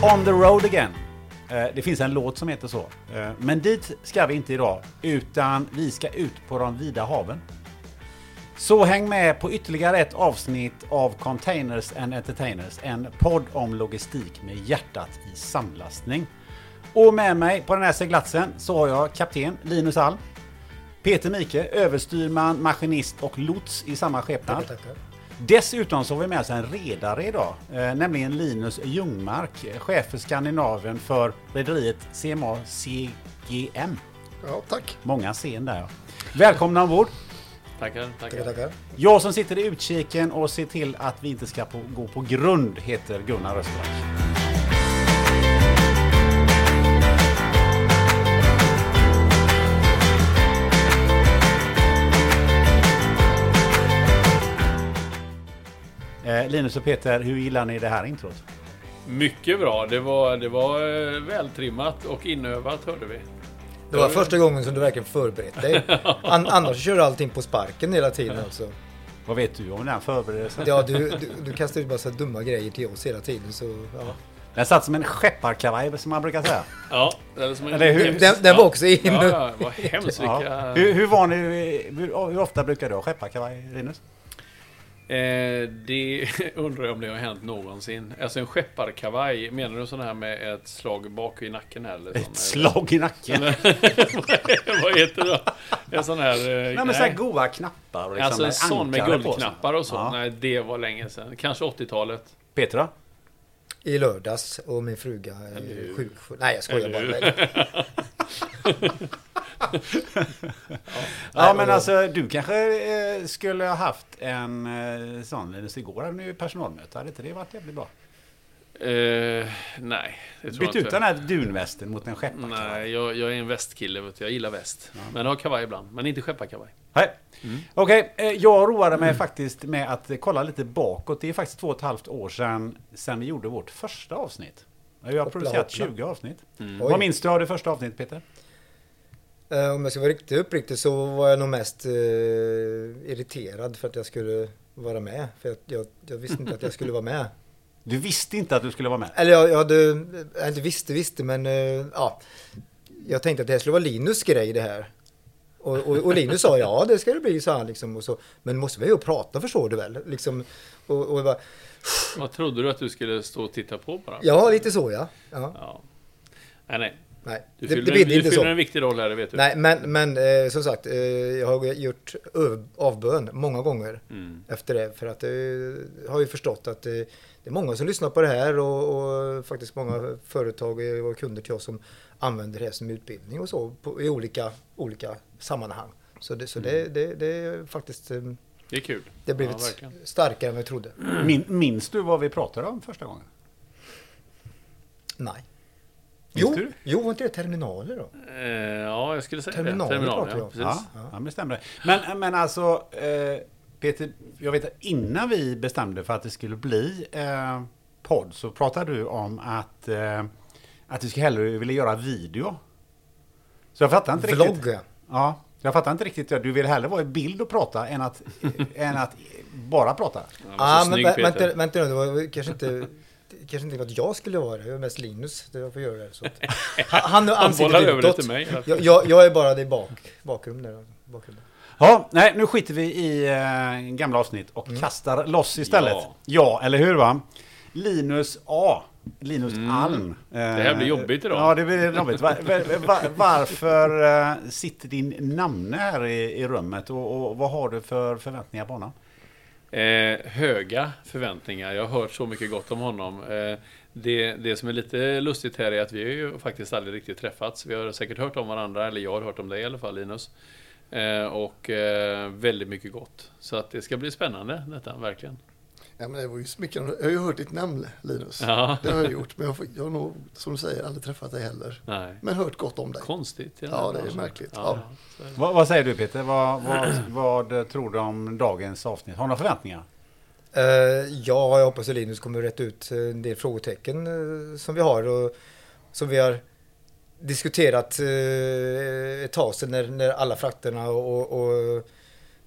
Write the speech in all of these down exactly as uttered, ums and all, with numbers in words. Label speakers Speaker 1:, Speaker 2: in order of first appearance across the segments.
Speaker 1: On the road again. Det finns en låt som heter så. Men dit ska vi inte idag, utan vi ska ut på de vida haven. Så häng med på ytterligare ett avsnitt av Containers and Entertainers, en podd om logistik med hjärtat i samlastning. Och med mig på den här seglatsen så har jag kapten Linus Alm, Peter Mike, överstyrman, maskinist och lots i samma skepnad.
Speaker 2: Tackar, tackar.
Speaker 1: Dessutom så har vi med oss en redare idag, eh, nämligen Linus Ljungmark, chef för Skandinavien för rederiet C M A C G M.
Speaker 2: Ja, tack.
Speaker 1: Många scen där. Ja. Välkomna ombord.
Speaker 3: Tackar, tackar.
Speaker 2: Tackar, tackar.
Speaker 1: Jag som sitter i utkiken och ser till att vi inte ska på, gå på grund heter Gunnar Östermark. Eh, Linus och Peter, hur gillar ni det här introt?
Speaker 3: Mycket bra. Det var, det var eh, vältrimmat och inövat, hörde vi.
Speaker 2: Det var första gången som du verkligen förberett dig. An- annars kör du allting på sparken hela tiden alltså.
Speaker 1: Vad vet du om den här förberedelsen?
Speaker 2: Ja, du, du, du kastar ut bara så dumma grejer till oss hela tiden. Så, ja.
Speaker 1: Den satt som en skepparkavaj som man brukar säga.
Speaker 3: Ja, eller som en
Speaker 1: Eller hur?
Speaker 3: hems-
Speaker 2: Den, den var också in.
Speaker 3: Ja, ja, vad hemskt.
Speaker 1: Ja.
Speaker 3: Vilka...
Speaker 1: Hur, hur var ni, hur, hur ofta brukar du ha skepparkavaj, Linus?
Speaker 3: Eh, det undrar jag om det har hänt någonsin. Alltså en skepparkavaj, menar du sån här med ett slag bak i nacken eller sån,
Speaker 1: Ett slag i nacken?
Speaker 3: eller? Vad heter det då? En sån här... Eh,
Speaker 1: Nej, men så här goa knappar. Och liksom
Speaker 3: alltså en sån med
Speaker 1: ankare på
Speaker 3: guldknappar och så.
Speaker 1: Ja.
Speaker 3: Nej, det var länge sedan. Kanske åttiotalet.
Speaker 1: Peter då?
Speaker 2: I lördags och min fruga är sjuk. Nej, jag skojar bara.
Speaker 1: Ja, men alltså du kanske eh, skulle ha haft en eh, sån Linus igår. Hade ni ju personalmöte. Hade inte det varit jävligt bra?
Speaker 3: Eh, nej, det tror
Speaker 1: Byt
Speaker 3: jag
Speaker 1: ut
Speaker 3: inte.
Speaker 1: den här dunvästen mot en skepparkavaj.
Speaker 3: Nej, jag, jag är en västkille, vet du. Jag gillar väst.
Speaker 1: Ja.
Speaker 3: Men jag har kavaj ibland, men inte skepparkavaj.
Speaker 1: Nej.
Speaker 3: Mm.
Speaker 1: Okej, eh, jag roade mig faktiskt med att kolla lite bakåt. Det är faktiskt två och ett halvt år sedan, sedan vi gjorde vårt första avsnitt. Vi har
Speaker 2: Hoppla,
Speaker 1: producerat
Speaker 2: hoppla.
Speaker 1: tjugo avsnitt.
Speaker 3: Mm.
Speaker 2: Oj.
Speaker 1: Vad minns du av det första avsnittet, Peter?
Speaker 2: Eh, om jag ska vara riktigt uppriktig så var jag nog mest eh, irriterad för att jag skulle vara med. För jag, jag, jag visste inte att jag skulle vara med.
Speaker 1: Du visste inte att du skulle vara med.
Speaker 2: Eller jag, jag hade, jag inte visste, visste men eh, ja. Jag tänkte att det här skulle vara Linus grej det här. Och, och, och Linus sa ja det ska det bli så här liksom. Och så, men måste vi ju prata förstår du väl? Liksom, och, och jag bara,
Speaker 3: Vad trodde du att du skulle stå och titta på bara?
Speaker 2: ja lite så ja. ja.
Speaker 3: Ja. Nej, nej.
Speaker 2: Nej,
Speaker 3: Du
Speaker 2: det,
Speaker 3: fyller,
Speaker 2: det
Speaker 3: en,
Speaker 2: blir
Speaker 3: du
Speaker 2: inte
Speaker 3: fyller
Speaker 2: så.
Speaker 3: en viktig roll här, det vet du.
Speaker 2: Nej, men, men eh, som sagt, eh, jag har gjort ö- avbön många gånger
Speaker 3: Mm.
Speaker 2: efter det. För att eh, jag har ju förstått att eh, det är många som lyssnar på det här och, och faktiskt många företag och kunder till oss som använder det här som utbildning och så på, i olika, olika sammanhang. Så, det, så
Speaker 3: Mm.
Speaker 2: det, det, det är faktiskt eh,
Speaker 3: Det är kul.
Speaker 2: det har blivit
Speaker 3: Ja, verkligen.
Speaker 2: starkare än vad jag trodde.
Speaker 1: Min, minns du vad vi pratade om första gången?
Speaker 2: Nej.
Speaker 1: Minns
Speaker 2: Jo,
Speaker 1: du?
Speaker 2: jo, var inte det terminaler då?
Speaker 3: Eh, ja, jag skulle säga
Speaker 2: Terminaler
Speaker 3: det. Terminal,
Speaker 2: pratar vi
Speaker 3: ja,
Speaker 2: om.
Speaker 3: precis.
Speaker 1: Ja,
Speaker 2: Ja.
Speaker 1: ja, men det stämmer. Men, men alltså, eh, Peter, jag vet att innan vi bestämde för att det skulle bli eh, podd så pratade du om att, eh, att du skulle hellre vilja göra video. Så jag fattar inte riktigt.
Speaker 2: Vlogg.
Speaker 1: Ja, jag fattar inte riktigt. Du vill hellre vara i bild och prata än att, än att bara prata.
Speaker 3: Ja, men
Speaker 2: Ja,
Speaker 3: så
Speaker 2: men
Speaker 3: snygg,
Speaker 2: vä-
Speaker 3: Peter.
Speaker 2: vänta, vänta nu, det var kanske inte, det kanske inte var att jag skulle vara det, det var mest Linus det jag får göra det. Så att, han han
Speaker 3: Han
Speaker 2: ansiktet
Speaker 3: bollar över det
Speaker 2: utåt.
Speaker 3: till mig.
Speaker 2: Jag, jag, jag är bara det i bak, bakrum där. Bakrum.
Speaker 1: Ja, nej, nu skiter vi i eh, gamla avsnitt och
Speaker 2: Mm.
Speaker 1: kastar loss istället. Ja.
Speaker 3: Ja.
Speaker 1: eller hur va? Linus A. Linus
Speaker 3: Mm.
Speaker 1: Alm. Eh,
Speaker 3: Det här blir jobbigt idag.
Speaker 1: Ja, det blir jobbigt. Var, var, var, varför eh, sitter din namne här i, i rummet och, och vad har du för förväntningar på honom?
Speaker 3: Eh, höga förväntningar. Jag har hört så mycket gott om honom. Eh, det, det som är lite lustigt här är att vi har ju faktiskt aldrig riktigt träffats. Vi har säkert hört om varandra, eller jag har hört om dig i alla fall, Linus. Eh, och eh, väldigt mycket gott. Så att det ska bli spännande detta, verkligen.
Speaker 4: Ja, men det var ju smickrande. Jag har ju hört ditt namn, Linus.
Speaker 3: Ja.
Speaker 4: Det har jag gjort. Men jag, får, jag har nog, som du säger, aldrig träffat dig heller.
Speaker 3: Nej.
Speaker 4: Men hört gott om dig.
Speaker 3: Konstigt. i den
Speaker 4: Ja,
Speaker 3: här
Speaker 4: det är
Speaker 3: branschen.
Speaker 4: märkligt.
Speaker 3: Ja,
Speaker 4: Ja.
Speaker 3: ja, så är det.
Speaker 1: Vad, vad säger du Peter? Vad, vad, vad tror du om dagens avsnitt? Har du några förväntningar?
Speaker 2: Uh, ja, jag hoppas att Linus kommer rätt ut en del frågetecken uh, som vi har och som vi har diskuterat uh, ett tag sedan när, när alla frakterna och, och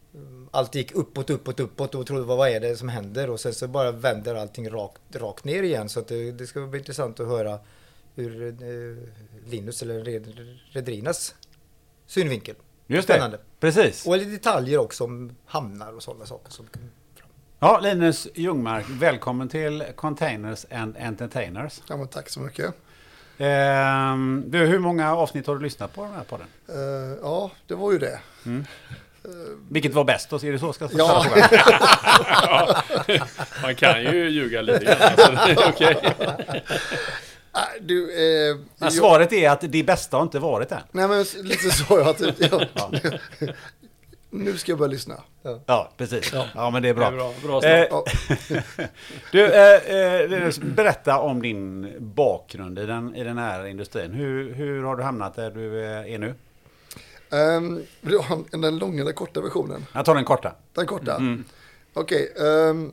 Speaker 2: allt gick uppåt, uppåt, uppåt och trodde vad är det som händer och sen så bara vänder allting rakt, rakt ner igen. Så att det, det ska bli intressant att höra hur eh, Linus eller red, rederiernas synvinkel.
Speaker 1: Just det,
Speaker 2: Spännande.
Speaker 1: precis.
Speaker 2: Och lite detaljer också om hamnar och sådana saker som kan fram.
Speaker 1: Ja, Linus Ljungmark, välkommen till Containers and Entertainers.
Speaker 4: Ja, men tack så mycket.
Speaker 1: Ehm, du, hur många avsnitt har du lyssnat på den här podden?
Speaker 4: Uh, ja, det var ju det.
Speaker 1: Mm. Vilket var bäst då? Är det så ska jag
Speaker 4: Ja.
Speaker 1: ställa frågan?
Speaker 3: Ja, man kan ju ljuga lite grann. Så det är okej.
Speaker 4: Ah, du, eh,
Speaker 1: Men
Speaker 4: jag,
Speaker 1: svaret är att det bästa har inte varit än.
Speaker 4: nej men lite så jag typ, ja. Nu ska jag börja lyssna.
Speaker 1: Ja, precis. Ja, men det är bra.
Speaker 3: Det är bra, bra
Speaker 1: Eh,
Speaker 3: start.
Speaker 4: Ja.
Speaker 1: Du, eh, eh, berätta om din bakgrund i den, i den här industrin. Hur, hur har du hamnat där du eh, är nu?
Speaker 4: Um, vill du ha den långa eller korta versionen?
Speaker 1: Jag tar den korta.
Speaker 4: Den korta?
Speaker 1: Mm.
Speaker 4: Okej. ehm,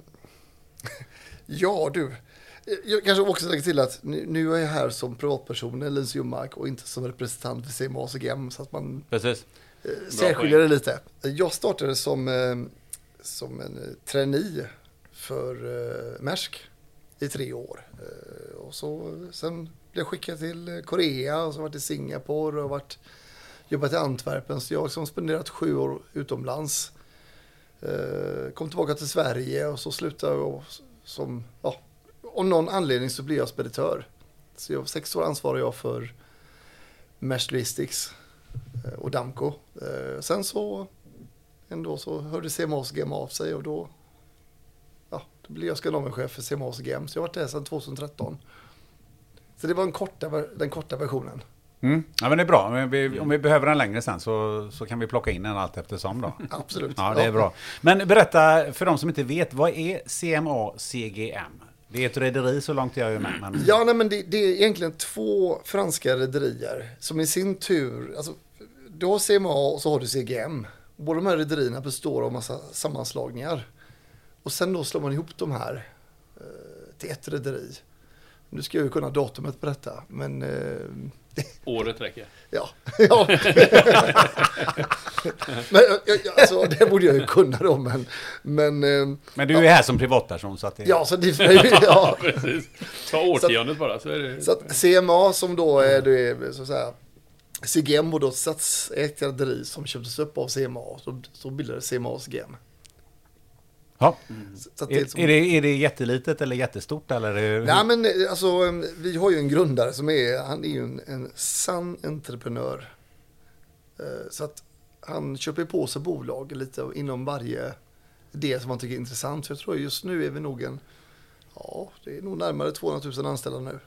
Speaker 4: ja, du. Jag kanske också lägger till att nu, nu är jag här som privatperson, Linus Ljungmark, och inte som representant för C M A C G M, så att man
Speaker 1: Precis.
Speaker 4: eh, särskiljer det lite. Jag startade som, eh, som en eh, trainee för eh, Maersk i tre år. Eh, och så, sen blev jag skickad till Korea och så varit i Singapore och varit, jobbat i Antwerpen. Så jag har liksom spenderat sju år utomlands. Eh, kom tillbaka till Sverige och så slutade jag som, ja, om någon anledning så blev jag speditör. Så jag, sex år ansvarar jag för Maersk Logistics eh, och Damco. Eh, sen så ändå så hörde C M A C G M av sig och då, ja, då blev jag skandinavienchef för C M A C G M. Så jag har varit där sedan tjugohundratretton. Så det var en korta, den korta versionen.
Speaker 1: Mm. Ja, men det är bra. Om vi, om vi behöver den längre sen så, så kan vi plocka in den allt eftersom då.
Speaker 4: Absolut.
Speaker 1: Ja, det är bra. Men berätta för de som inte vet, vad är C M A C G M? Det är ett rederi så långt jag är med. Men...
Speaker 4: Ja, nej, men det, det är egentligen två franska rederier som i sin tur, alltså, du har C M A och så har du C G M. Båda de här rederierna består av massa sammanslagningar. Och sen då slår man ihop de här eh, till ett rederi. Nu ska jag ju kunna datumet på detta, men... Eh,
Speaker 3: Året räcker.
Speaker 4: ja. ja. men, jag, jag, alltså, det borde jag ju kunna då, men... Men, eh,
Speaker 1: men du är här som privatperson så att det...
Speaker 4: ja, så det... ja.
Speaker 3: Ja, precis. Ta årtiondet bara så är det...
Speaker 4: Så att C M A som då är, det är så att säga, C G M och då statsägt rederi som köptes upp av C M A, så, så bildades C M A C G M.
Speaker 1: Ja.
Speaker 4: Så, så att det är, som,
Speaker 1: Är, är, det, är det jättelitet eller jättestort? Eller är det...
Speaker 4: nej, men alltså, vi har ju en grundare som är, han är ju en, en sann entreprenör. Eh, Så att han köper på sig bolag lite inom varje del som man tycker är intressant. Så jag tror just nu är vi nog en, ja, det är nog närmare tvåhundratusen anställda nu.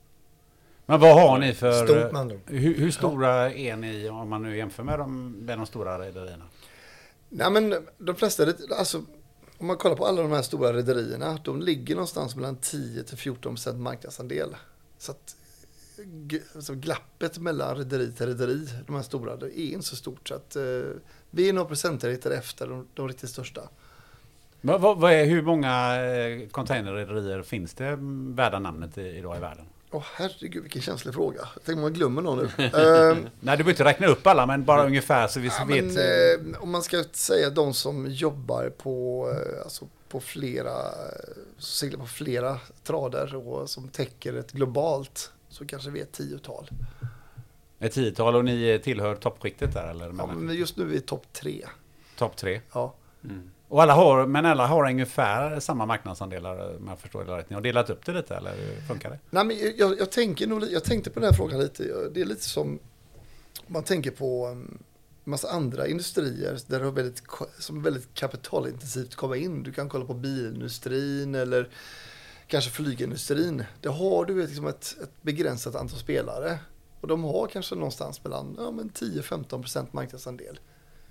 Speaker 1: Men vad har ni för...
Speaker 2: Stort, med andra ord.
Speaker 1: hur, hur stora är ni om man nu jämför med de, med de stora rederierna?
Speaker 4: Nej, men de flesta, alltså om man kollar på alla de här stora rederierna, de ligger någonstans mellan tio till fjorton procent marknadsandel. Så att g- alltså glappet mellan rederi till rederi, de här stora, det är inte så stort. Så att eh, vi är några procentenheter efter de, de riktigt största.
Speaker 1: Vad, vad, vad är, hur många eh, containerrederier finns det värda namnet i, idag i världen?
Speaker 4: Åh herregud, vilken känslig fråga. Jag tänker man glömmer någon nu. eh,
Speaker 1: Nej, du behöver inte räkna upp alla, men bara ungefär så vi
Speaker 4: ja,
Speaker 1: vet.
Speaker 4: men, eh, om man ska säga de som jobbar på, eh, alltså på flera, seglar på flera trader och som täcker ett globalt, så kanske vi är ett tiotal.
Speaker 1: Ett tiotal och ni tillhör toppskiktet där eller?
Speaker 4: Ja, men just nu är vi topp tre.
Speaker 1: Topp tre.
Speaker 4: Ja.
Speaker 3: Mm.
Speaker 1: Och alla har, men alla har ungefär samma marknadsandelar om jag förstår det rätt. Ni har delat upp det lite eller hur funkar det?
Speaker 4: Nej, men jag, jag, tänker nog, jag tänkte på den här frågan lite. Det är lite som man tänker på en massa andra industrier där det är väldigt, som är väldigt kapitalintensivt att komma in. Du kan kolla på bilindustrin eller kanske flygindustrin. Där har du liksom ett, ett begränsat antal spelare. Och de har kanske någonstans mellan ja, men tio till femton procent marknadsandel.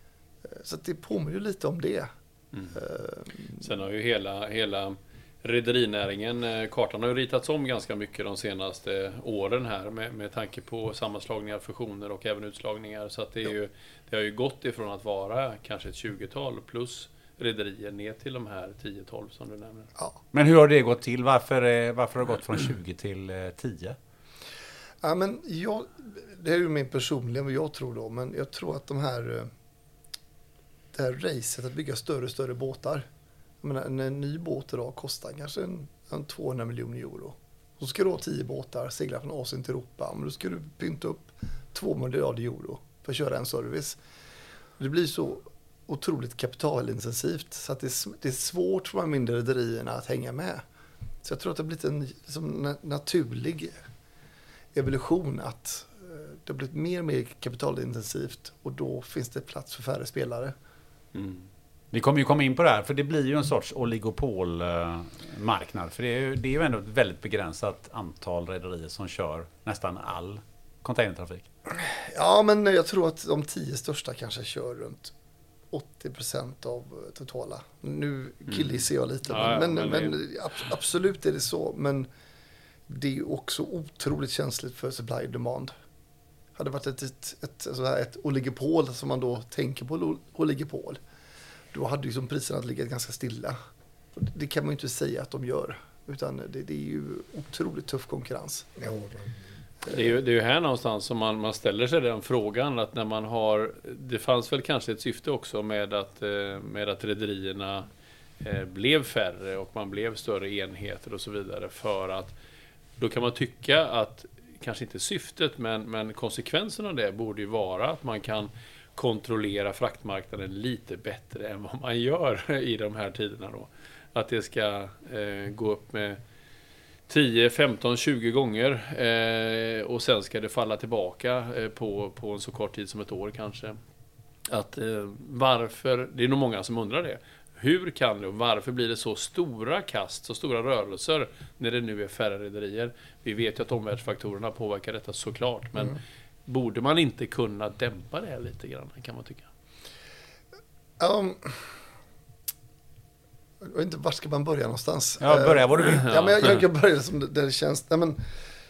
Speaker 4: Så att det påminner ju lite om det.
Speaker 3: Mm.
Speaker 4: Uh,
Speaker 3: Sen har ju hela, hela rederinäringen, eh, kartan har ju ritats om ganska mycket de senaste åren här med, med tanke på sammanslagningar, fusioner och även utslagningar. Så att det, är ju, det har ju gått ifrån att vara kanske ett tjugotal plus rederier ner till de här tio tolv som du nämner.
Speaker 4: ja.
Speaker 1: Men hur har det gått till? Varför, eh, varför har det gått från tjugo till eh, tio?
Speaker 4: Ja, men jag, det är ju min personliga vad jag tror då, men jag tror att de här det här racet att bygga större och större båtar. Jag menar, en, en ny båt idag kostar kanske en, en tvåhundra miljoner euro. Så ska du ha tio båtar, segla från Asien till Europa. Men då ska du pynta upp två miljarder euro för att köra en service. Det blir så otroligt kapitalintensivt så att det är, det är svårt för de mindre rederierna att hänga med. Så jag tror att det har blivit en liksom, naturlig evolution att det har blivit mer och mer kapitalintensivt och då finns det plats för färre spelare.
Speaker 1: Mm. Vi kommer ju komma in på det här, för det blir ju en sorts oligopolmarknad. För det är ju, det är ju ändå ett väldigt begränsat antal rederier som kör nästan all containertrafik.
Speaker 4: Ja, men jag tror att de tio största kanske kör runt åttio procent av totala. Nu killgissar jag lite,
Speaker 3: Mm. Ja,
Speaker 4: men,
Speaker 3: ja,
Speaker 4: men,
Speaker 3: men
Speaker 4: men absolut är det så. Men det är också otroligt känsligt för supply och demand. Hade det varit ett, ett, ett, ett, ett oligopol som man då tänker på oligopol, då hade ju som priserna legat ganska stilla. Det kan man ju inte säga att de gör, utan det, det är ju otroligt tuff konkurrens.
Speaker 2: Ja,
Speaker 3: Det är ju, det är ju här någonstans som man, man ställer sig den frågan att när man har, det fanns väl kanske ett syfte också med att, med att rederierna blev färre och man blev större enheter och så vidare, för att då kan man tycka att kanske inte syftet, men, men konsekvensen av det borde ju vara att man kan kontrollera fraktmarknaden lite bättre än vad man gör i de här tiderna då. Att det ska eh, gå upp med tio, femton, tjugo gånger eh, och sen ska det falla tillbaka eh, på, på en så kort tid som ett år kanske. Att eh, varför, det är nog många som undrar det. Hur kan det och varför blir det så stora kast, så stora rörelser när det nu är färre rederier? Vi vet ju att omvärldsfaktorerna påverkar detta såklart, men mm. borde man inte kunna dämpa det här lite grann, kan man tycka?
Speaker 4: Um, jag vet inte, var ska man börja någonstans?
Speaker 1: Ja, börja var du vill.
Speaker 4: Ja, men jag, jag kan börja som det, där det känns. Nej, men,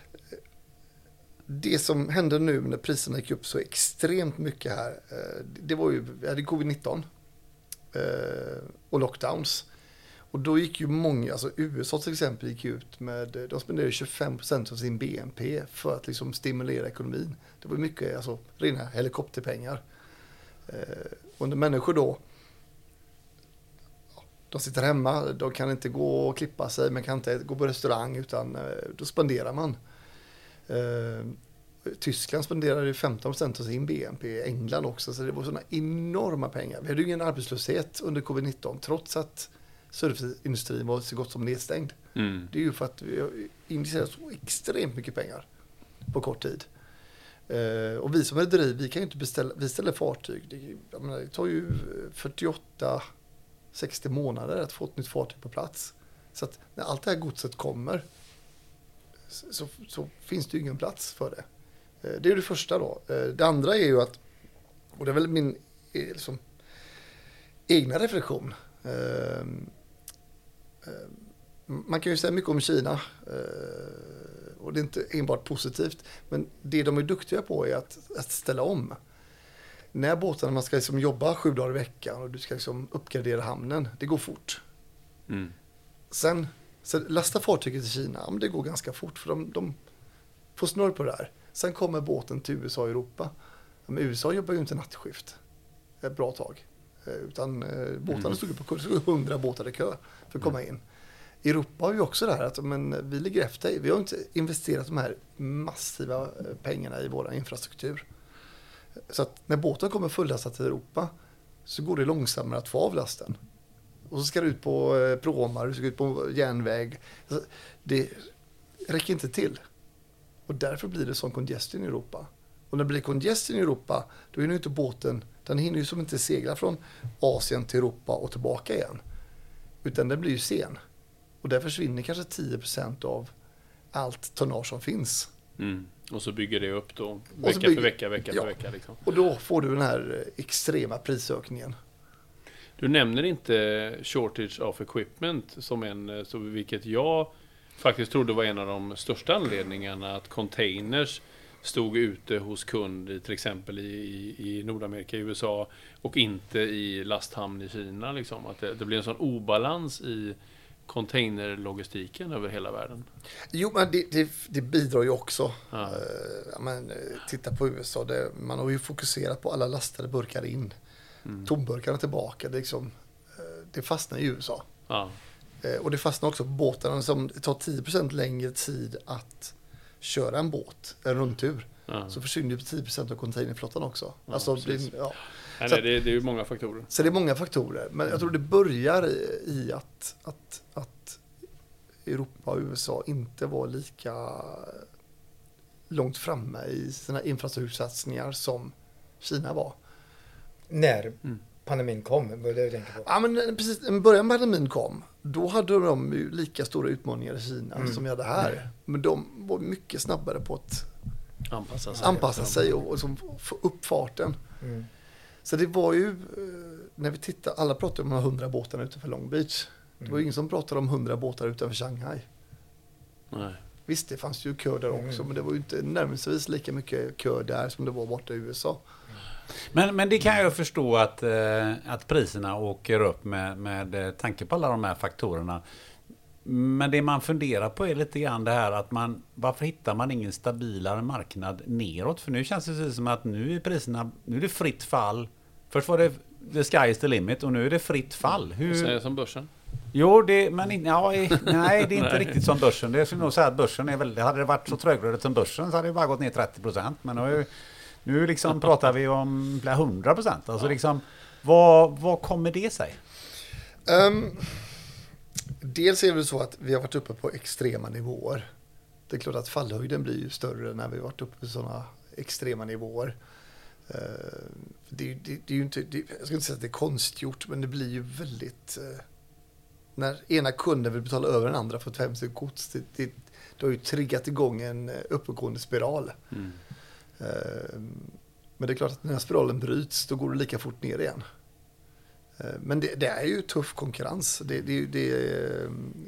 Speaker 4: det som hände nu när priserna gick upp så extremt mycket här, det var ju, vi hade covid nitton och lockdowns. Och då gick ju många, alltså U S A till exempel gick ut med, de spenderade tjugofem procent av sin B N P för att liksom stimulera ekonomin. Det var mycket, alltså rena helikopterpengar. Och när människor då, de sitter hemma, de kan inte gå och klippa sig, man kan inte gå på restaurang, utan då spenderar man. Tyskland spenderade femton procent av sin B N P, England också, så det var sådana enorma pengar. Vi hade ju ingen arbetslöshet under covid nitton trots att serviceindustrin var så gott som nedstängd. Mm. Det är ju för att vi har investerat så extremt mycket pengar på kort tid. Uh, och vi som rederi, vi kan ju inte beställa, vi ställer fartyg. Det, jag menar, det tar ju fyrtioåtta sextio månader att få ett nytt fartyg på plats. Så att när allt det här godset kommer så, så, så finns det ju ingen plats för det. Uh, det är det första då. Uh, det andra är ju att, och det är väl min liksom, egna reflektion. Uh, uh, man kan ju säga mycket om Kina. Uh, Och det är inte enbart positivt. Men det de är duktiga på är att, att ställa om. När båtarna, man ska liksom jobba sju dagar i veckan och du ska liksom uppgradera hamnen. Det går fort. Mm. Sen så lasta fartyget till Kina. Ja, men det går ganska fort för de, de får snurr på det här. Sen kommer båten till U S A och Europa. Ja, men U S A jobbar ju inte nattskift ett bra tag. Utan eh, båtarna mm. stod på kurs. hundra båtar i kö för att komma in. I Europa har vi också det här att men, vi ligger efter. Vi har inte investerat de här massiva pengarna i vår infrastruktur. Så att när båten kommer fullastad till Europa så går det långsammare att få av lasten. Och så ska det ut på eh, pråmar, det ska ut på järnväg. Så det räcker inte till. Och därför blir det sån congestion i Europa. Och när det blir congestion i Europa, då är ju inte båten, den hinner ju som inte segla från Asien till Europa och tillbaka igen. Utan den blir ju sen. Och där försvinner kanske tio procent av allt tonnage som finns.
Speaker 3: Mm. Och så bygger det upp då, vecka
Speaker 4: bygger,
Speaker 3: för vecka, vecka
Speaker 4: ja.
Speaker 3: för vecka. Liksom.
Speaker 4: Och då får du den här extrema prisökningen.
Speaker 3: Du nämner inte shortage of equipment som en, så vilket jag faktiskt trodde var en av de största anledningarna att containers stod ute hos kund i, till exempel i, i Nordamerika, i U S A och inte i lasthamn i Kina. Liksom. Att det, det blir en sån obalans i containerlogistiken över hela världen.
Speaker 4: Jo, men det, det, det bidrar ju också.
Speaker 3: Ja.
Speaker 4: Uh, men, titta på U S A, det, man har ju fokuserat på alla lastade burkar in.
Speaker 3: Mm.
Speaker 4: Tomburkarna tillbaka. Det, liksom, eh, det fastnar i U S A.
Speaker 3: Ja.
Speaker 4: Eh, och det fastnar också på båtarna som tar tio procent längre tid att köra en båt, en rundtur.
Speaker 3: Ja.
Speaker 4: Så försvinner ju tio procent av containerflottan också.
Speaker 3: Ja,
Speaker 4: alltså, det,
Speaker 3: precis.
Speaker 4: ja.
Speaker 3: Nej,
Speaker 4: Så
Speaker 3: nej, det, det är ju många faktorer.
Speaker 4: Så det är många faktorer. Men jag tror det börjar i, i att, att, att Europa och U S A inte var lika långt framme i sina infrastruktursatsningar som Kina var.
Speaker 2: När
Speaker 3: Mm.
Speaker 2: pandemin kom, vad är det du tänker på?
Speaker 4: Ja, men precis, i början när pandemin kom, då hade de ju lika stora utmaningar i Kina
Speaker 2: Mm.
Speaker 4: som vi hade här. Mm. Men de var mycket snabbare på att
Speaker 3: Anpassa sig.
Speaker 4: anpassa sig och, och som få upp farten.
Speaker 2: Mm.
Speaker 4: Så det var ju, eh, när vi tittar, alla pratar om de här hundra båtarna utanför Long Beach. Det var ju ingen som pratade om hundra båtar utanför Shanghai.
Speaker 3: Nej.
Speaker 4: Visst, det fanns ju kö där också,
Speaker 2: Mm.
Speaker 4: men det var ju inte närmast lika mycket kö där som det var borta i U S A.
Speaker 1: Men, men det kan jag förstå att, eh, att priserna åker upp med, med eh, tanke på alla de här faktorerna. Men det man funderar på är lite grann det här att man, varför hittar man ingen stabilare marknad neråt? För nu känns det som att nu är priserna, nu är det fritt fall. Först var det the sky is the limit och nu är det fritt fall. Hur...
Speaker 3: Så är det som börsen.
Speaker 1: Jo, det, men in, ja, i- nej, det är inte riktigt som börsen. Det skulle nog säga att börsen är väl, hade det varit så trögrörligt som börsen så hade det bara gått ner trettio procent. Men nu, nu liksom pratar vi om flera hundra procent. Alltså liksom, vad, vad kommer det sig?
Speaker 4: Um, dels är det så att vi har varit uppe på extrema nivåer. Det är klart att fallhöjden blir ju större när vi har varit uppe på sådana extrema nivåer. Uh, det, det, det är ju inte, det, jag ska inte säga att det är konstgjort, men det blir ju väldigt... Uh, när ena kunden vill betala över den andra för ett femtio gods, det, det, det har ju triggat igång en uppåtgående spiral.
Speaker 3: Mm.
Speaker 4: Uh, men det är klart att när spiralen bryts, då går det lika fort ner igen. Men det, det är ju tuff konkurrens. Det, det, det,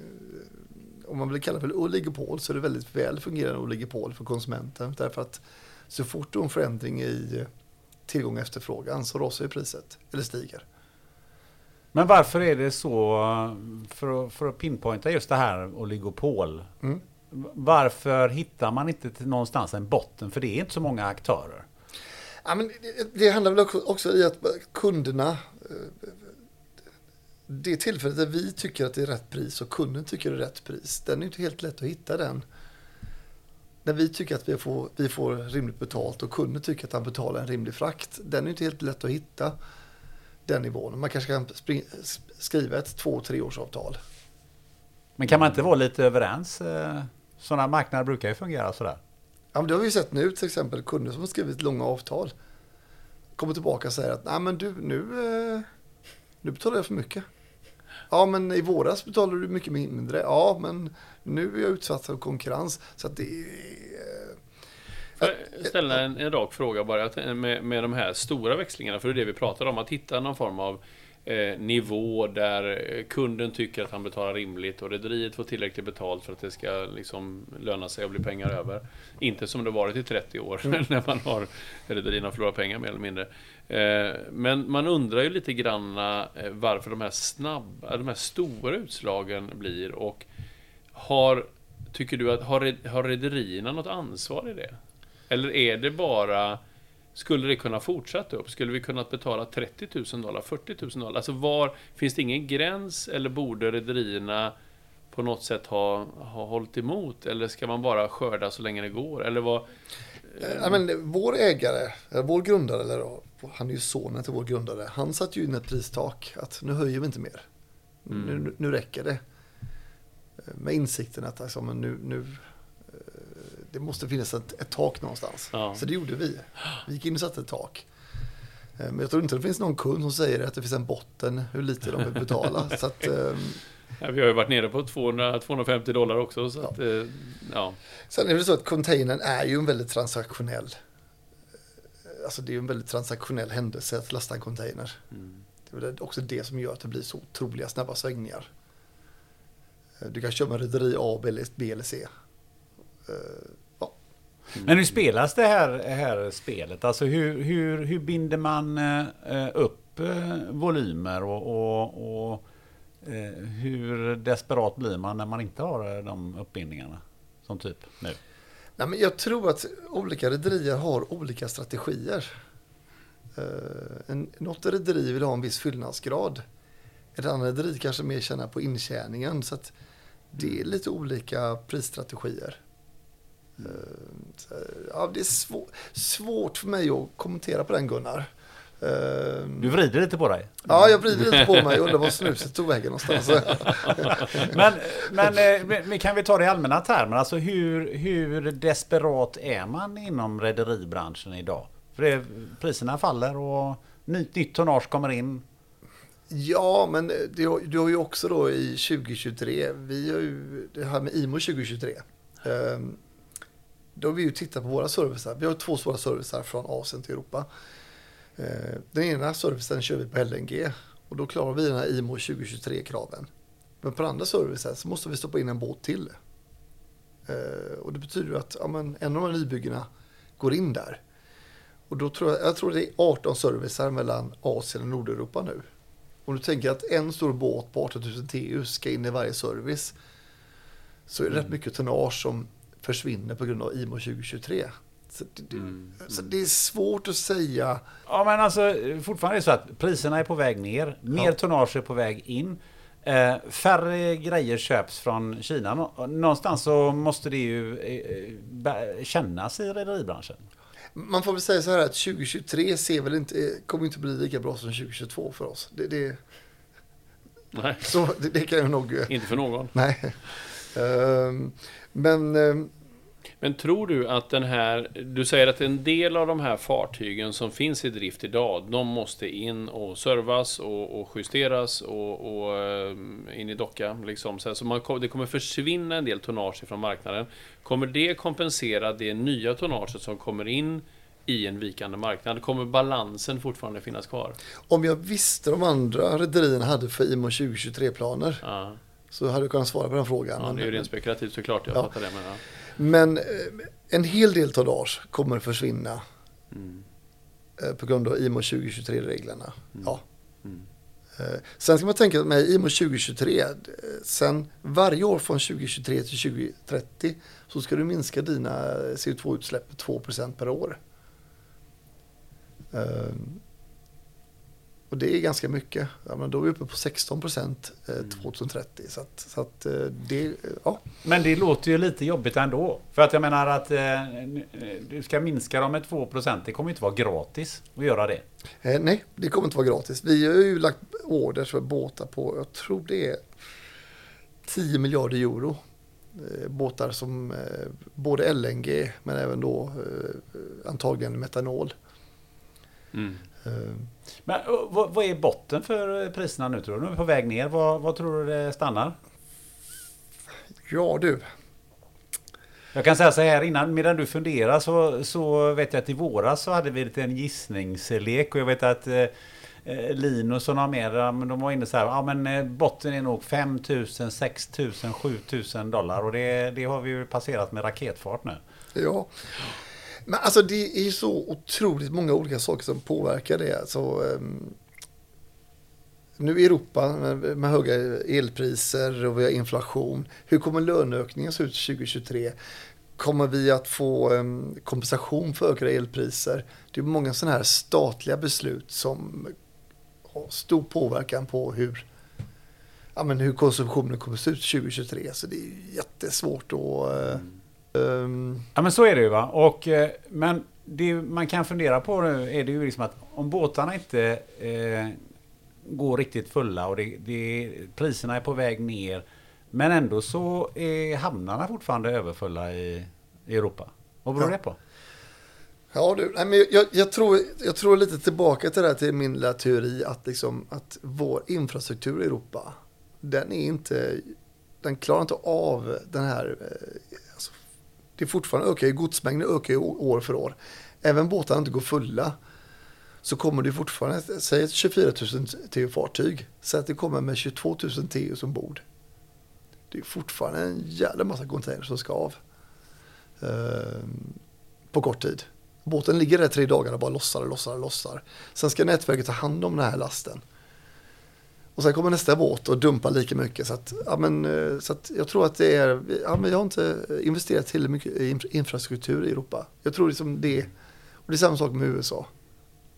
Speaker 4: om man vill kalla det för oligopol så är det väldigt väl fungerande oligopol för konsumenten. Därför att så fort du har en förändring i tillgång och efterfrågan så rasar ju priset, eller stiger.
Speaker 1: Men varför är det så, för att, för att pinpointa just det här oligopol,
Speaker 4: Mm.
Speaker 1: varför hittar man inte till någonstans en botten? För det är inte så många aktörer.
Speaker 4: Ja, men det, det handlar väl också i att kunderna, det tillfället där vi tycker att det är rätt pris och kunden tycker det är rätt pris, den är inte helt lätt att hitta den. När vi tycker att vi får, vi får rimligt betalt och kunden tycker att han betalar en rimlig frakt, den är inte helt lätt att hitta den nivån. Man kanske kan spring, skriva ett två, tre års avtal.
Speaker 1: Men kan man inte vara lite överens? Sådana marknader brukar ju fungera sådär.
Speaker 4: Ja, men det har vi ju sett nu, till exempel kunder som har skrivit långa avtal kommer tillbaka och säger att nej men du, nu, eh, nu betalar jag för mycket. Ja, men i våras betalar du mycket mindre. Ja, men nu är jag utsatt för konkurrens. Så att det är...
Speaker 3: Får jag ställa en, en rak fråga bara med, med de här stora växlingarna, för det är det vi pratar om, att hitta någon form av eh, nivå där kunden tycker att han betalar rimligt och rederiet får tillräckligt betalt för att det ska liksom löna sig och bli pengar över. Inte som det varit i trettio år mm. när man har rederierna förlorat pengar mer eller mindre. Eh, men man undrar ju lite grann eh, varför de här snabba, de här stora utslagen blir, och har, tycker du att har, har rederierna något ansvar i det? Eller är det bara, skulle det kunna fortsätta upp? Skulle vi kunna betala trettio tusen dollar, fyrtio tusen dollar? Alltså var, finns det ingen gräns, eller borde rederierna på något sätt ha, ha hållit emot? Eller ska man bara skörda så länge det går? Eller vad?
Speaker 4: Ja, men vår ägare, vår grundare, eller han är ju sonen till vår grundare, han satt ju in ett pristak att nu höjer vi inte mer. Mm. Nu, nu räcker det. Med insikten att alltså, men nu, nu det måste finnas ett, ett tak någonstans. Ja. Så det gjorde vi. Vi gick in och satte ett tak. Men jag tror inte det finns någon kund som säger att det finns en botten hur lite de vill betala. Så att, um...
Speaker 3: ja, vi har ju varit nere på tvåhundra till tvåhundrafemtio dollar också. Så ja. Att, ja.
Speaker 4: Sen är det så att containern är ju en väldigt transaktionell, alltså det är ju en väldigt transaktionell händelse att lasta en container. Mm. Det är också det som gör att det blir så otroliga snabba svängningar. Du kan köra med rederi A, B eller C. Ja.
Speaker 1: Mm. Men hur spelas det här, här spelet? Alltså hur, hur, hur binder man eh, upp eh, volymer och, och, och eh, hur desperat blir man när man inte har de uppbindningarna som typ nu?
Speaker 4: Nej, men jag tror att olika rederier har olika strategier. En, något rederi vill ha en viss fyllnadsgrad. Ett annat rederi kanske mer känner på intjäningen. Så att det är lite olika prisstrategier. Mm. Så, ja, det är svår, svårt för mig att kommentera på den, Gunnar.
Speaker 1: Du vrider lite på dig.
Speaker 4: Ja, jag vrider lite på mig. Jag undrar var snuset tog vägen någonstans.
Speaker 1: men, men, men kan vi ta det i allmänna termer? Alltså hur, hur desperat är man inom rederibranschen idag? För det, priserna faller och nytt, nytt tonnage kommer in.
Speaker 4: Ja, men det, du har ju också då i tjugo tjugotre, vi har ju det här med I M O tjugo tjugotre. Um, då har vi ju tittat på våra servicer. Vi har två stora servicer från Asien till Europa. Uh, den ena servicen kör vi på L N G och då klarar vi den här I M O tjugo tjugotre-kraven. Men på andra servicer så måste vi stoppa in en båt till. Uh, och det betyder att ja, men, en av de här nybyggena går in där. Och då tror jag, jag tror det är arton servicer mellan Asien och Nordeuropa nu. Om du tänker att en stor båt på arton tusen T U ska in i varje service, så är det mm. rätt mycket tonnage som försvinner på grund av I M O tjugo tjugotre. Så det, mm. så det är svårt att säga.
Speaker 1: Ja, men alltså fortfarande är det så att priserna är på väg ner. Mer ja. tonnage är på väg in. Eh, färre grejer köps från Kina. Någonstans så måste det ju eh, kännas i rederibranschen.
Speaker 4: Man får väl säga så här att tjugo tjugotre ser väl inte, kommer inte bli lika bra som tjugo tjugotvå för oss. Det, det,
Speaker 3: nej.
Speaker 4: Så det, det kan jag nog...
Speaker 3: Inte för någon.
Speaker 4: Nej. Um, men... Um,
Speaker 3: men tror du att den här... Du säger att en del av de här fartygen som finns i drift idag, de måste in och servas och, och justeras och, och um, in i docka. Liksom. Så man, det kommer försvinna en del tonnage från marknaden. Kommer det kompensera det nya tonnaget som kommer in i en vikande marknad? Kommer balansen fortfarande finnas kvar? Om
Speaker 4: jag visste de andra rederierna hade för I M O tjugo tjugotre-planer
Speaker 3: ja.
Speaker 4: så hade jag kunnat svara på den frågan.
Speaker 3: Ja,
Speaker 4: men,
Speaker 3: det är ju rent spekulativt såklart, jag
Speaker 4: ja.
Speaker 3: fattar det. Men, ja.
Speaker 4: men en hel del tonnage kommer försvinna
Speaker 3: mm.
Speaker 4: på grund av I M O tjugo tjugotre-reglerna.
Speaker 3: Mm.
Speaker 4: Ja.
Speaker 3: Mm.
Speaker 4: Sen ska man tänka med I M O tjugo tjugotre, sen varje år från tjugo tjugotre till tjugo trettio så ska du minska dina C O två-utsläpp med två procent per år. Och det är ganska mycket. Ja, men då är vi uppe på sexton procent tjugohundratrettio. Så att, så att det, ja.
Speaker 1: Men det låter ju lite jobbigt ändå. För att jag menar att eh, du ska minska dem med två procent. Det kommer inte vara gratis att göra det.
Speaker 4: Eh, nej, det kommer inte vara gratis. Vi har ju lagt order för båtar på, jag tror det är tio miljarder euro. Eh, båtar som eh, både L N G men även då eh, antagligen metanol.
Speaker 3: Mm.
Speaker 1: Men vad, vad är botten för priserna nu, tror du? Nu är vi på väg ner. Vad, vad tror du det stannar?
Speaker 4: Ja du.
Speaker 1: Jag kan säga så här innan, medan du funderar så, så vet jag att i våras så hade vi lite en gissningslek och jag vet att eh, Linus och några mer, men de var inne så här, ja men eh, botten är nog fem tusen, sex tusen, sju tusen dollar och det, det har vi ju passerat med raketfart nu.
Speaker 4: Ja. Men alltså det är så otroligt många olika saker som påverkar det. Alltså, um, nu i Europa med, med höga elpriser och vi har inflation. Hur kommer löneökningen se ut tjugo tjugotre? Kommer vi att få um, kompensation för ökade elpriser? Det är många sådana här statliga beslut som har stor påverkan på hur, ja, men hur konsumtionen kommer att se ut tjugo tjugotre. Så det är jättesvårt att... Uh, mm. Um.
Speaker 1: Ja men så är det ju va. Och, men det man kan fundera på nu är det ju liksom att om båtarna inte eh, går riktigt fulla och det, det, priserna är på väg ner men ändå så är hamnarna fortfarande överfulla i, i Europa. Vad beror
Speaker 4: ja.
Speaker 1: det på?
Speaker 4: Ja du, nej, men jag, jag, tror, jag tror lite tillbaka till det här till min lilla teori att, liksom, att vår infrastruktur i Europa den är inte, den klarar inte av den här alltså, det är fortfarande ökar ju, godsmängden ökar ju år för år. Även båtarna inte går fulla så kommer det fortfarande, säg tjugofyra tusen T U-fartyg, så att det kommer med tjugotvå tusen T U som bord. Det är fortfarande en jävla massa container som ska av eh, på kort tid. Båten ligger där tre dagar och bara lossar och lossar och lossar. Sen ska nätverket ta hand om den här lasten. Och sen kommer nästa båt och dumpar lika mycket. Så, att, ja, men, så att jag tror att det är... Ja, men jag har inte investerat till mycket i infrastruktur i Europa. Jag tror liksom det... Och det är samma sak med U S A.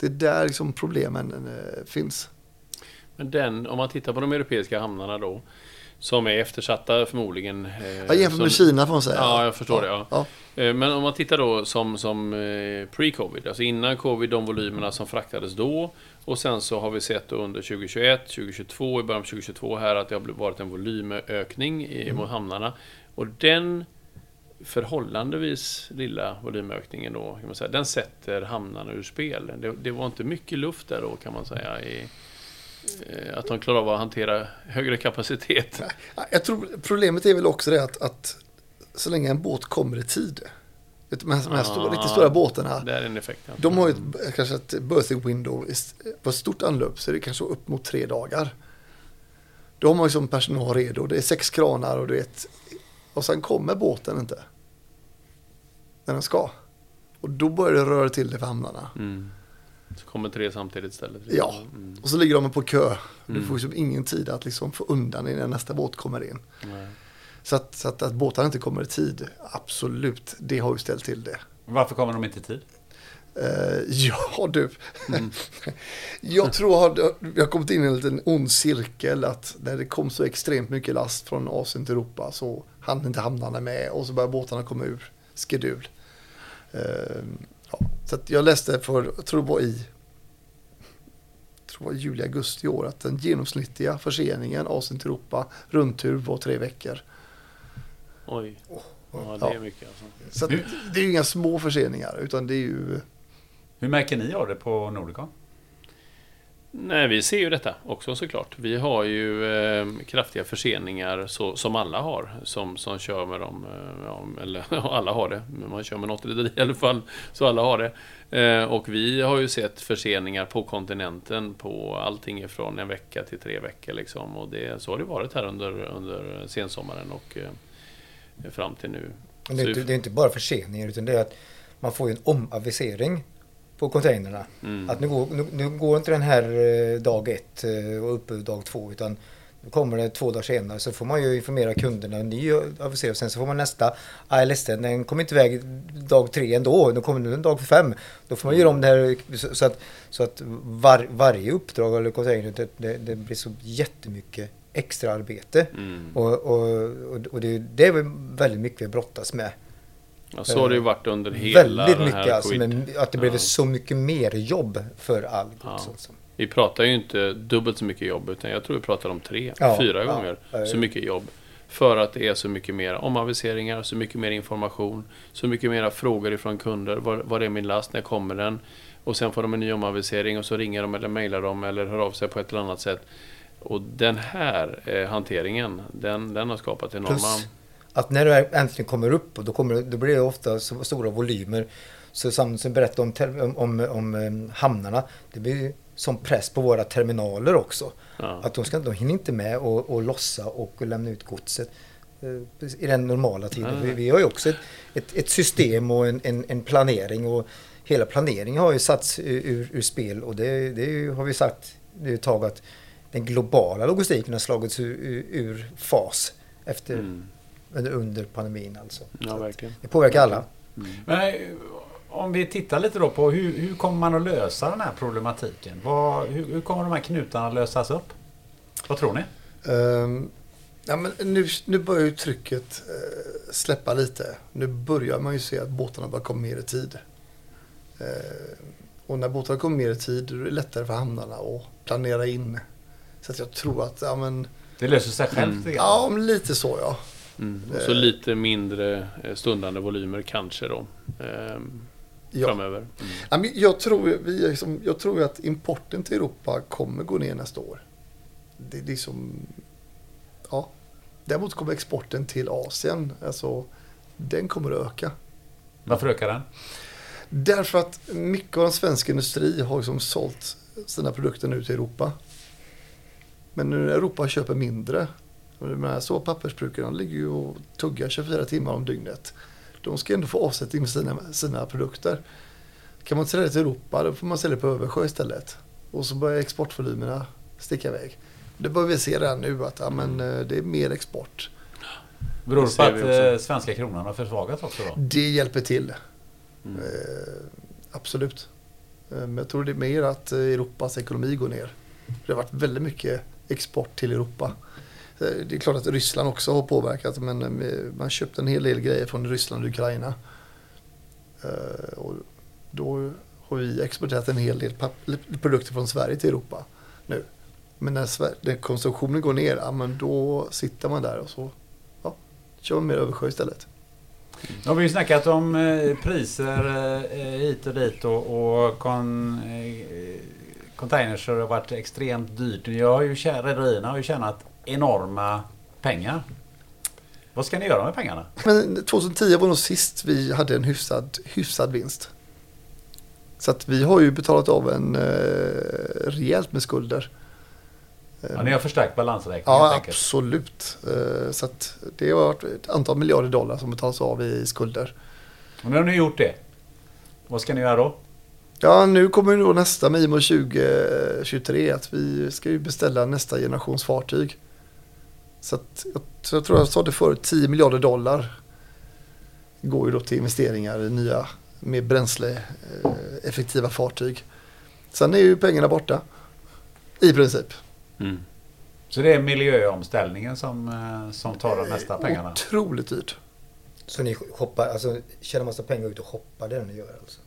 Speaker 4: Det är där liksom problemen eh, finns.
Speaker 3: Men den, om man tittar på de europeiska hamnarna då, som är eftersatta förmodligen. Eh,
Speaker 4: Ja, jämfört med
Speaker 3: som,
Speaker 4: Kina får man säga.
Speaker 3: Ja, jag förstår
Speaker 4: ja,
Speaker 3: det. Ja.
Speaker 4: Ja.
Speaker 3: Eh, Men om man tittar då som, som eh, pre-covid, alltså innan covid, de volymerna som fraktades då, och sen så har vi sett då under tjugohundratjugoett, tjugohundratjugotvå, i början av tjugohundratjugotvå här, att det har varit en volymökning i,
Speaker 4: Mm.
Speaker 3: mot hamnarna. Och den förhållandevis lilla volymökningen då, kan man säga, den sätter hamnarna ur spel. Det, det var inte mycket luft där då, kan man säga, i, eh, att de klarar av att hantera högre kapacitet.
Speaker 4: Jag tror problemet är väl också det att, att så länge en båt kommer i tid. Vet du, de här, de här stora,
Speaker 3: Ah,
Speaker 4: riktigt stora båtarna.
Speaker 3: Det är en effekt. Ja.
Speaker 4: De har ju ett, kanske ett berthing window på ett stort anlöp, så är det kanske upp mot tre dagar. Då har man ju som personal redo. Det är sex kranar och det är ett, och sen kommer båten inte när den ska. Och då börjar det röra till det för hamnarna.
Speaker 3: Mm. Så kommer tre samtidigt istället.
Speaker 4: Ja,
Speaker 3: Mm.
Speaker 4: och så ligger de på kö. Du
Speaker 3: Mm.
Speaker 4: får ju ingen tid att liksom få undan innan nästa båt kommer in.
Speaker 3: Nej.
Speaker 4: Så att, så att, att båtarna inte kommer i tid, absolut, det har ju ställt till det.
Speaker 1: Varför kommer de inte i tid?
Speaker 4: Uh, ja du,
Speaker 3: Mm.
Speaker 4: jag tror att vi har kommit in i en liten ond cirkel att när det kom så extremt mycket last från Asien till Europa så hann inte hamnarna med och så börjar båtarna komma ur skedul. Uh, ja. Så att jag läste för, jag tror det var i jag tror det var juli, augusti i år, att den genomsnittliga förseningen Asien till Europa rundtur var tre veckor.
Speaker 3: Oj. Ja, det
Speaker 4: Ja.
Speaker 3: är mycket alltså.
Speaker 4: Så att det är ju inga små förseningar utan det är ju...
Speaker 1: Hur märker ni av det på Nordicon?
Speaker 3: Nej, vi ser ju detta också såklart. Vi har ju eh, kraftiga förseningar så, som alla har, som, som kör med dem. Eh, ja, eller ja, alla har det, men man kör med något rederi i alla fall, så alla har det. Eh, och vi har ju sett förseningar på kontinenten på allting ifrån en vecka till tre veckor liksom. Och det, så har det varit här under, under sensommaren och eh, fram till nu.
Speaker 2: Men det, är
Speaker 3: Så
Speaker 2: inte,
Speaker 3: vi-
Speaker 2: det är inte bara förseningar utan det är att man får ju en omavisering på containrarna.
Speaker 3: Mm.
Speaker 2: Att nu går, nu, nu går inte den här eh, dag ett eh, och uppe dag två utan nu kommer det två dagar senare så får man ju informera kunderna en ny avisering och sen så får man nästa. Ah, jag är ledsen, den kommer inte iväg dag tre ändå, nu kommer den dag fem. Då får man göra om det här så, så att, så att var, varje uppdrag eller container det, det, det blir så jättemycket extra arbete.
Speaker 3: Mm.
Speaker 2: Och, och, och, och det, det är väl väldigt mycket vi brottas med.
Speaker 3: Ja, så har det ju varit under hela
Speaker 2: Väldigt
Speaker 3: den här
Speaker 2: mycket alltså,
Speaker 3: covid.
Speaker 2: men att det blev
Speaker 3: Ja.
Speaker 2: så mycket mer jobb för all
Speaker 3: Ja.
Speaker 2: gods. Alltså.
Speaker 3: Vi pratar ju inte dubbelt så mycket jobb, utan jag tror vi pratar om tre,
Speaker 2: Ja,
Speaker 3: fyra
Speaker 2: ja,
Speaker 3: gånger
Speaker 2: ja.
Speaker 3: så mycket jobb. För att det är så mycket mer omaviseringar, så mycket mer information, så mycket mera frågor ifrån kunder. Var, var är min last? När kommer den? Och sen får de en ny omavisering och så ringer de eller mejlar de eller hör av sig på ett eller annat sätt. Och den här eh, hanteringen, den, den har skapat enorma...
Speaker 2: Plus att när du äntligen kommer upp och då, kommer, då blir det ofta så stora volymer. Så samtidigt som berättade om, ter- om, om, om um, hamnarna, det blir som press på våra terminaler också.
Speaker 3: Ja.
Speaker 2: Att de, ska, de hinner inte med att och lossa och lämna ut godset eh, i den normala tiden.
Speaker 3: Nej.
Speaker 2: Vi, vi har ju också ett, ett, ett system och en, en, en planering och hela planeringen har ju satts ur, ur spel och det, det är ju, har vi sagt nu ett tag att den globala logistiken har slagits ur, ur, ur fas efter
Speaker 3: Mm.
Speaker 2: under, under pandemin alltså.
Speaker 3: Ja,
Speaker 2: Så att
Speaker 3: verkligen.
Speaker 2: det påverkar alla.
Speaker 3: Mm.
Speaker 1: Men eh, om vi tittar lite då på hur, hur kommer man att lösa den här problematiken? Vad, hur, hur kommer de här knutarna lösas upp? Vad tror ni?
Speaker 4: Um, ja, men nu, nu börjar ju trycket uh, släppa lite. Nu börjar man ju se att båtarna börjar komma mer i tid. Uh, och när båtarna kommer mer i tid är det lättare för hamnarna att planera in. Så att jag tror att, ja men,
Speaker 1: Det löser sig självt.
Speaker 3: Mm.
Speaker 1: lite
Speaker 4: ja
Speaker 1: grann.
Speaker 4: men lite så ja.
Speaker 3: Mm. Och så lite mindre eh, stundande volymer kanske då. ehm,
Speaker 4: ja.
Speaker 3: Framöver. Mm.
Speaker 4: Ja, men jag, tror, ju- vi är liksom, jag tror ju att importen till Europa kommer gå ner nästa år. Det är liksom, ja. Däremot kommer exporten till Asien, alltså, den kommer att öka.
Speaker 1: Varför ökar den?
Speaker 4: Därför att mycket av svensk industri har liksom sålt sina produkter nu till Europa. Men nu när Europa köper mindre, och de här så pappersbruken, de ligger ju och tuggar tjugofyra timmar om dygnet. De ska ändå få avsättning med sina, sina produkter. Kan man sälja till Europa, då får man sälja på översjö istället. Och så börjar exportvolymerna sticka iväg. Det börjar vi se redan nu att ja, men, eh, det är mer export.
Speaker 1: Beror
Speaker 3: Det
Speaker 1: det på
Speaker 3: ser
Speaker 1: att
Speaker 3: vi också.
Speaker 1: eh, svenska kronan har försvagats också då?
Speaker 4: Det hjälper till.
Speaker 3: Mm.
Speaker 4: Eh, absolut. Men jag tror det är mer att Europas ekonomi går ner. Det har varit väldigt mycket export till Europa. Det är klart att Ryssland också har påverkat, men man köpte en hel del grejer från Ryssland och Ukraina. Och då har vi exporterat en hel del produkter från Sverige till Europa nu. Men när, Sverige, när konsumtionen går ner, ja, men då sitter man där och så ja, kör man mer översjö istället.
Speaker 1: Nu har vi ju snackat om eh, priser eh, hit och dit och, och kon, eh, containers har varit extremt dyrt. Jag har ju, rederierna har ju tjänat enorma pengar. Vad ska ni göra med pengarna?
Speaker 4: Men tjugohundratio var nog sist vi hade en hyfsad, hyfsad vinst. Så att vi har ju betalat av en eh, rejält med skulder.
Speaker 1: Ja, ni har förstärkt balansräkningen.
Speaker 4: Ja, absolut. Eh, så att det har varit ett antal miljarder dollar som betalas av i skulder.
Speaker 1: Och nu har ni gjort det. Vad ska ni göra då?
Speaker 4: Ja, nu kommer då nästa med I M O tjugohundratjugotre att vi ska ju beställa nästa generations fartyg. Så att jag, så jag tror jag sa det förut, tio miljarder dollar går ju då till investeringar i nya med bränsleeffektiva fartyg. Sen är ju pengarna borta i princip.
Speaker 3: Mm.
Speaker 1: Så det är miljöomställningen som, som tar de mesta pengarna?
Speaker 4: Otroligt dyrt.
Speaker 2: Så ni shoppar, alltså tjänar massa pengar ut och shoppar det ni gör alltså?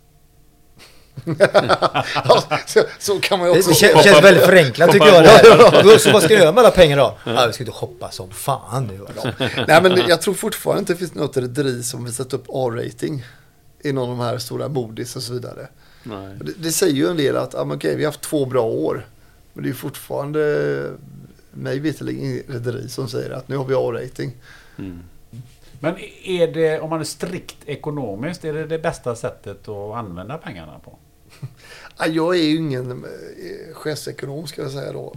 Speaker 4: Ja, så, så kan man ju också.
Speaker 2: Det känns, känns väldigt förenklat tycker jag det här. Så vad ska ni göra med alla pengar då? Ja, vi ska ut och shoppa som fan nu.
Speaker 4: Nej, men jag tror fortfarande inte det finns något rederi som vill sätta upp A-rating i någon av de här stora Moody's och så vidare.
Speaker 3: Nej.
Speaker 4: Det, det säger ju en del att ah, okej, vi har haft två bra år. Men det är fortfarande mig veterligen ingen rederi som säger att nu har vi A-rating.
Speaker 3: Mm.
Speaker 1: Men är det, om man är strikt ekonomiskt, är det det bästa sättet att använda pengarna på?
Speaker 4: Jag är ju ingen chefsekonom ska jag säga då.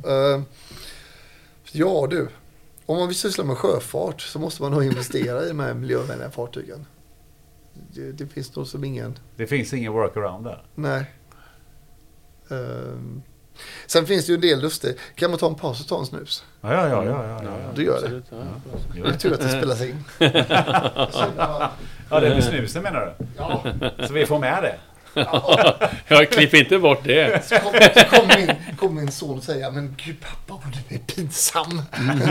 Speaker 4: Ja du, om man vill syssla med sjöfart så måste man nog investera i de här miljövänliga fartygen. Det, det finns nog som ingen...
Speaker 1: Det finns ingen workaround där?
Speaker 4: Nej. Um, sen finns det ju en del lustigt. Kan man ta en paus och ta en snus?
Speaker 1: Ja, ja, ja. ja, ja, ja.
Speaker 4: Du gör
Speaker 3: Absolut,
Speaker 4: det.
Speaker 3: ja.
Speaker 4: Ja. Det är tur att det spelas in.
Speaker 1: Ja, det är med snusen menar du?
Speaker 4: Ja.
Speaker 1: Så vi får med det?
Speaker 4: Ja.
Speaker 3: Jag klipper inte bort det.
Speaker 4: Så kom, så kom, min, kom min son och säga, men gud pappa, vad du är pinsam.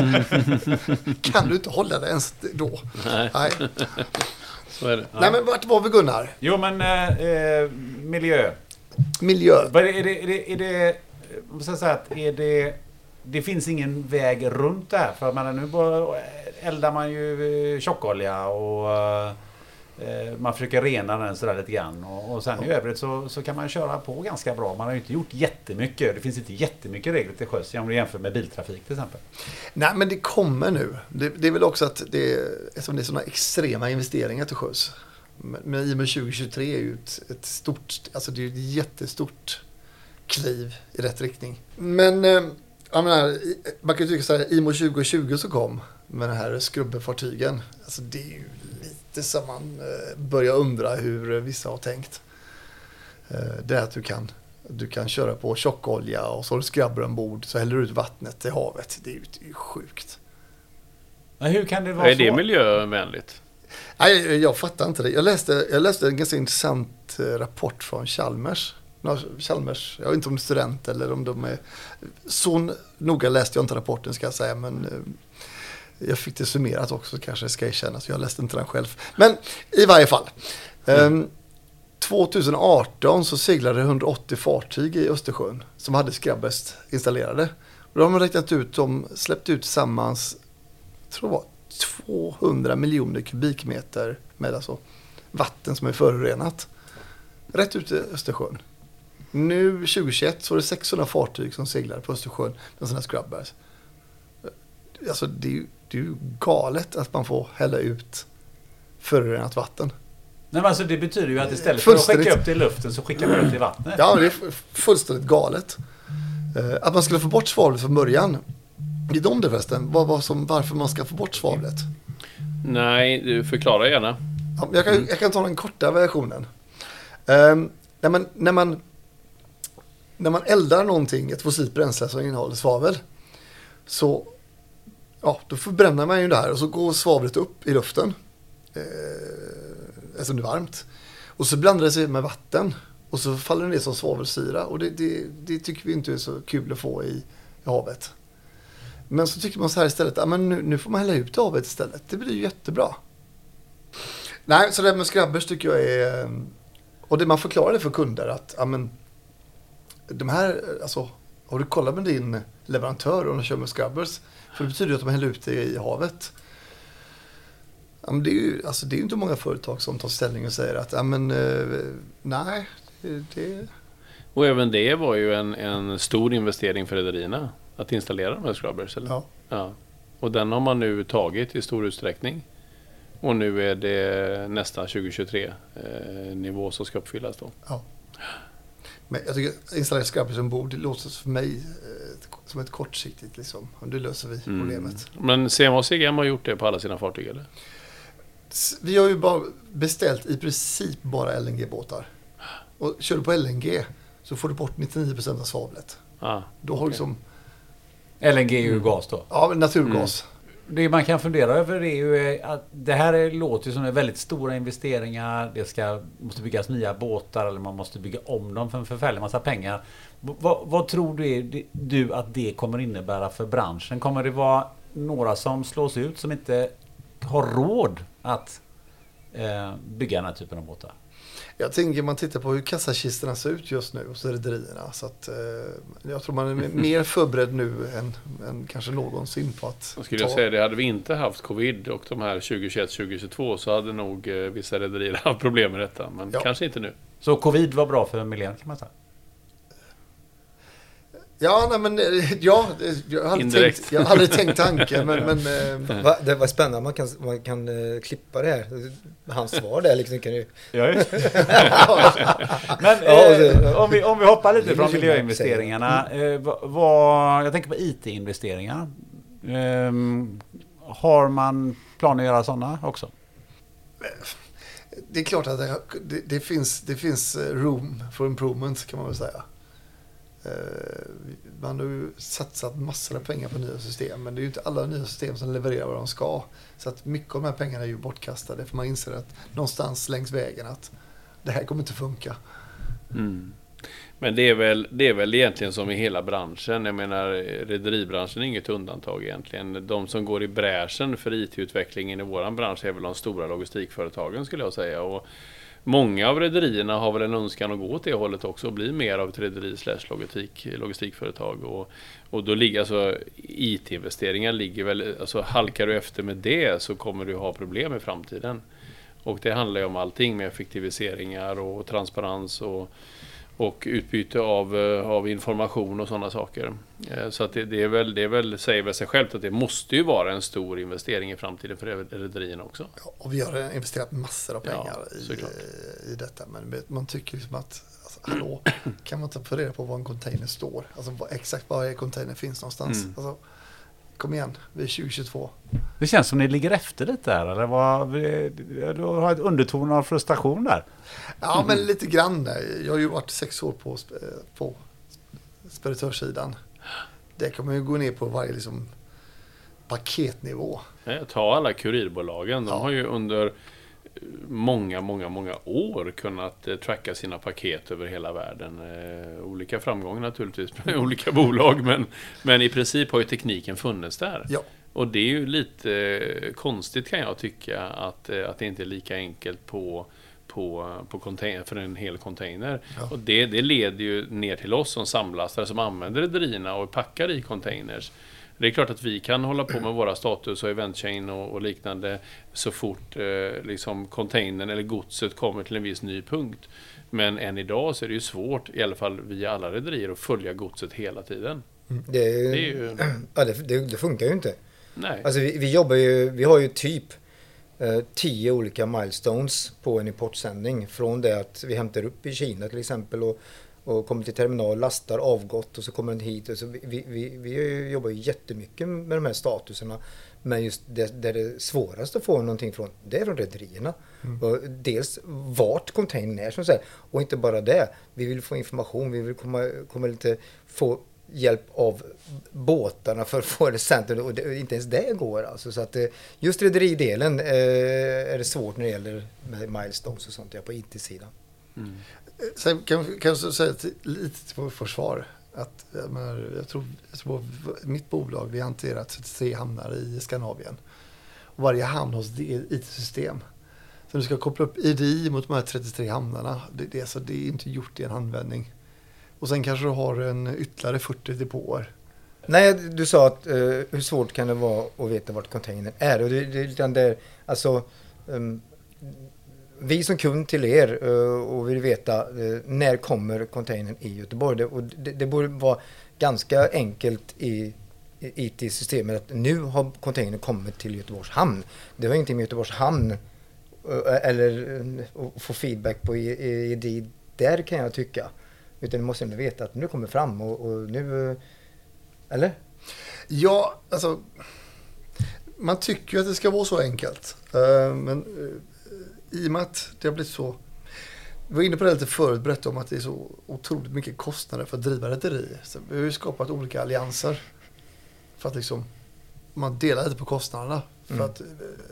Speaker 4: Kan du inte hålla det ens då?
Speaker 3: Nej.
Speaker 4: Nej.
Speaker 3: Så är det. Ja.
Speaker 4: Nej, men vart var vi Gunnar?
Speaker 1: Jo, men eh, miljö.
Speaker 4: Miljö.
Speaker 1: Vad är det, är det, är det, måste jag säga att är det, det finns ingen väg runt det här. För man, nu bara eldar man ju tjockolja och eh, man försöker rena den sådär lite grann. Och, och sen i övrigt så, så kan man köra på ganska bra. Man har ju inte gjort jättemycket. Det finns inte jättemycket regler till sjöss om du jämför med biltrafik till exempel.
Speaker 4: Nej, men det kommer nu. Det, det är väl också att det är, eftersom det är sådana extrema investeringar till sjöss. Men I M O tjugohundratjugotre är ju ett, ett stort, alltså det är ett jättestort kliv i rätt riktning. Men eh, jag menar, man kan ju tycka så här, I M O tjugohundratjugo som kom med den här skrubbefartygen. Alltså det är ju lite som man eh, börjar undra hur vissa har tänkt. Eh, det är att du kan, du kan köra på tjockolja och så har du skrubber ombord så häller du ut vattnet i havet. Det är ju, det är ju sjukt.
Speaker 1: Men hur kan det vara
Speaker 3: Är
Speaker 1: så?
Speaker 3: det miljövänligt?
Speaker 4: Nej, jag, jag fattar inte det. Jag läste, jag läste en ganska intressant rapport från Chalmers. Chalmers, jag vet inte om de är student eller om de är... Så noga läste jag inte rapporten ska jag säga, men jag fick det summerat också kanske ska jag känna, så jag läste inte den själv. Men i varje fall. Mm. Um, tjugoarton så seglade hundraåttio fartyg i Östersjön som hade Scrubbers installerade. Och då har man räknat ut, de släppte ut tillsammans, tror jag, tvåhundra miljoner kubikmeter med alltså vatten som är förorenat. Rätt ut i Östersjön. Nu tjugohundratjugoett så var det sexhundra fartyg som seglar på Östersjön med sådana Scrubbers. Alltså det är, ju, det är ju galet att man får hälla ut förorenat vatten.
Speaker 1: Nej, men alltså det betyder ju att istället för att skicka upp det i luften så skickar man upp det i vattnet.
Speaker 4: Ja, det är fullständigt galet. Att man skulle få bort svavlet från början. Vet du om det förresten? Vad, vad som, varför man ska få bort svavlet?
Speaker 3: Nej, du förklarar gärna.
Speaker 4: Ja, jag, kan, jag kan ta den korta versionen. Um, när, man, när, man, när man eldar någonting, ett fossilt bränsle som innehåller svavel, så ja, då förbränner man ju det här och så går svavlet upp i luften. Eh, alltså det är varmt. Och så blandar det sig med vatten. Och så faller det ner som svavelsyra. Och det, det, det tycker vi inte är så kul att få i, i havet. Men så tycker man så här istället, ja, men nu, nu får man hälla ut i havet istället. Det blir ju jättebra. Nej, så det med scrubbers tycker jag är... Och det man förklarar det för kunder att, ja men... De här, alltså... Har du kollat med din leverantör och de kör med scrubbers? För det betyder ju att de häller ut det i havet. Ja, men det är ju alltså, det är ju inte många företag som tar ställning och säger att ja, men, eh, nej, det...
Speaker 3: Och även det var ju en, en stor investering för rederierna att installera de här scrubbers. Eller?
Speaker 4: Ja.
Speaker 3: Ja. Och den har man nu tagit i stor utsträckning. Och nu är det nästan tjugohundratjugotre eh, nivå som ska uppfyllas då.
Speaker 4: Ja. Men jag tycker att installera scrubbers ombord, det låter för mig eh, som ett kortsiktigt liksom. Och det löser vi problemet.
Speaker 3: Mm. Men C M A C G M har gjort det på alla sina fartyg eller?
Speaker 4: Vi har ju bara beställt i princip bara L N G-båtar. Och kör du på L N G så får du bort nittionio procent av svavlet.
Speaker 3: Ah,
Speaker 4: då har
Speaker 3: okay.
Speaker 4: liksom...
Speaker 1: L N G är ju mm. gas då?
Speaker 4: Ja, naturgas. Mm.
Speaker 1: Det man kan fundera över är ju att det här är, låter som är väldigt stora investeringar. Det ska, måste byggas nya båtar eller man måste bygga om dem för en förfärlig massa pengar. V- vad, vad tror du, du att det kommer innebära för branschen? Kommer det vara några som slås ut som inte har råd att eh, bygga den här typen av båtar?
Speaker 4: Jag tänker man tittar på hur kassakistorna ser ut just nu hos rederierna. Så att, eh, jag tror man är mer förberedd nu än, än kanske någonsin på att...
Speaker 3: Jag skulle ta... säga det, hade vi inte haft covid och de här tjugohundratjugoett tjugohundratjugotvå så hade nog eh, vissa rederier haft problem med detta. Men ja. Kanske inte nu.
Speaker 1: Så covid var bra för miljön kan man säga?
Speaker 4: Ja, nej, men ja, jag har aldrig tänkt, jag har aldrig tänkt tanken, men... men eh.
Speaker 2: Va, det var spännande, man kan, man kan uh, klippa det här. Hans svar där liksom kan ju...
Speaker 1: Ja, just. Men eh, om, vi, om vi hoppar lite från miljöinvesteringarna. Eh, vad, jag tänker på I T-investeringar. Eh, har man planer att göra sådana också?
Speaker 4: Det är klart att det, det, det, finns, det finns room for improvement kan man väl säga. Man har ju satsat massor av pengar på nya system, men det är ju inte alla nya system som levererar vad de ska. Så att mycket av de här pengarna är ju bortkastade, för man inser att någonstans längs vägen att det här kommer inte funka.
Speaker 3: Mm. Men det är, väl, det är väl egentligen som i hela branschen. Jag menar, rederibranschen är inget undantag egentligen. De som går i bräschen för I T-utvecklingen i våran bransch är väl de stora logistikföretagen skulle jag säga. Och många av rederierna har väl en önskan att gå åt det hållet också och bli mer av ett rederi slash logistik, logistikföretag. Och, och då ligger alltså I T-investeringar ligger väl, alltså halkar du efter med det så kommer du ha problem i framtiden. Och det handlar ju om allting med effektiviseringar och transparens och, och utbyte av, av information och sådana saker. Så att det, det är väl, det är väl, säger väl sig självt att det måste ju vara en stor investering i framtiden för rederierna också.
Speaker 4: Ja, och vi har investerat massor av pengar
Speaker 3: ja,
Speaker 4: i, i detta. Men man tycker liksom att, alltså, hallå, kan man inte få reda på var en container står? Alltså exakt var en container finns någonstans. Mm. Alltså, kom igen, vi är tjugohundratjugotvå.
Speaker 1: Det känns som ni ligger efter lite där, eller vad, du har ett underton av frustration där.
Speaker 4: Ja, men lite grann. Jag har ju varit sex år på, på speditörssidan. Det kan man ju gå ner på varje liksom, paketnivå.
Speaker 3: Ta alla kurirbolagen. De ja. har ju under många, många, många år kunnat eh, tracka sina paket över hela världen. Eh, olika framgångar naturligtvis med olika bolag, men, men i princip har ju tekniken funnits där.
Speaker 4: Ja.
Speaker 3: Och det är ju lite eh, konstigt kan jag tycka att, eh, att det inte är lika enkelt på, på, på container, för en hel container. Ja. Och det, det leder ju ner till oss som samlastare som använder rederierna och packar i containers. Det är klart att vi kan hålla på med våra status och eventchain och, och liknande så fort eh, liksom containern eller godset kommer till en viss ny punkt. Men än idag så är det ju svårt, i alla fall via alla rederier, att följa godset hela tiden.
Speaker 2: Mm. Det, är,
Speaker 3: det, är ju...
Speaker 2: ja, det, det, det funkar ju inte.
Speaker 3: Nej.
Speaker 2: Alltså vi, vi jobbar ju, vi har ju typ eh, tio olika milestones på en importsändning. Från det att vi hämtar upp i Kina till exempel och och kommer till terminal, lastar avgått och så kommer den hit. Och så vi, vi, vi jobbar ju jättemycket med de här statuserna. Men just det, det är det svåraste att få någonting från, det är från rederierna. Mm. Och dels vart containern är, som säger. Och inte bara det. Vi vill få information, vi vill komma, komma lite, få hjälp av båtarna för att få det centrum. Och det, inte ens det går alltså. Så att just rederidelen eh, är det svårt när det gäller med milestones och sånt där på I T-sidan.
Speaker 3: Mm.
Speaker 4: Sen kan kan jag säga till, lite till vårt försvar att jag, menar, jag, tror, jag tror mitt bolag, vi hanterar trettiotre hamnar i Skandinavien. Och varje hamn har ett I T-system. Så du ska koppla upp I D I mot de här trettiotre hamnarna. Det, det, alltså, det är inte gjort i en handvändning. Och sen kanske du har en ytterligare fyrtio depåer.
Speaker 2: Nej, du sa att uh, hur svårt kan det vara att veta vart containern är. Och det, det, det, det, alltså, um, vi som kund till er uh, och vill veta uh, när kommer containern i Göteborg. Det, och det, det borde vara ganska enkelt i I T-systemet att nu har containern kommit till Göteborgs hamn. Det har ingenting med Göteborgs hamn uh, eller uh, att få feedback på I D I där kan jag tycka. Utan du måste ändå veta att nu kommer fram och, och nu... Uh, eller?
Speaker 4: Ja, alltså man tycker ju att det ska vara så enkelt. Uh, men uh, i och med att det har blivit så... Vi var inne på det lite förut, berättade om att det är så otroligt mycket kostnader för att driva rederi. Så vi har ju skapat olika allianser för att liksom man delar lite på kostnaderna för mm. att uh,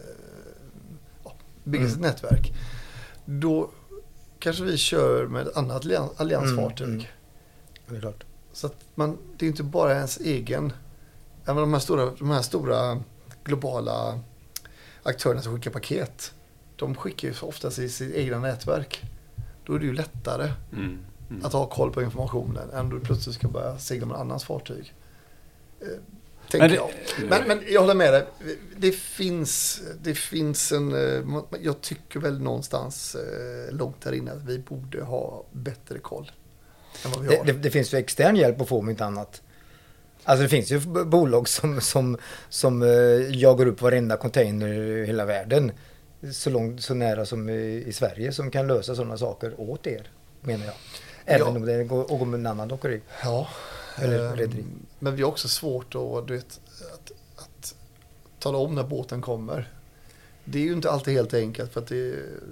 Speaker 4: uh, bygga mm. sitt nätverk. Då kanske vi kör med ett annat alliansfartyg. Mm. Mm.
Speaker 2: Det är klart.
Speaker 4: Så att man, det är inte bara ens egen, även de här stora, de här stora globala aktörerna som skickar paket, de skickar ju oftast i sitt egna nätverk. Då är det ju lättare mm. Mm. att ha koll på informationen än då du plötsligt ska börja segla med annans fartyg. Eh, tänker men det, jag. Men, men jag håller med dig. Det finns, det finns en, jag tycker väl någonstans eh, långt där inne att vi borde ha bättre koll.
Speaker 2: Det, det, det finns ju extern hjälp att få om inte annat. Alltså det finns ju bolag som, som, som uh, jagar upp varenda container i hela världen. Så, långt, så nära som i, i Sverige som kan lösa sådana saker åt er, menar jag. Även ja. om det går, går med en annan åkeri.
Speaker 4: Ja.
Speaker 2: Eller rederi.
Speaker 4: Um, men vi har också svårt att, du vet, att, att tala om när båten kommer. Det är ju inte alltid helt enkelt för att det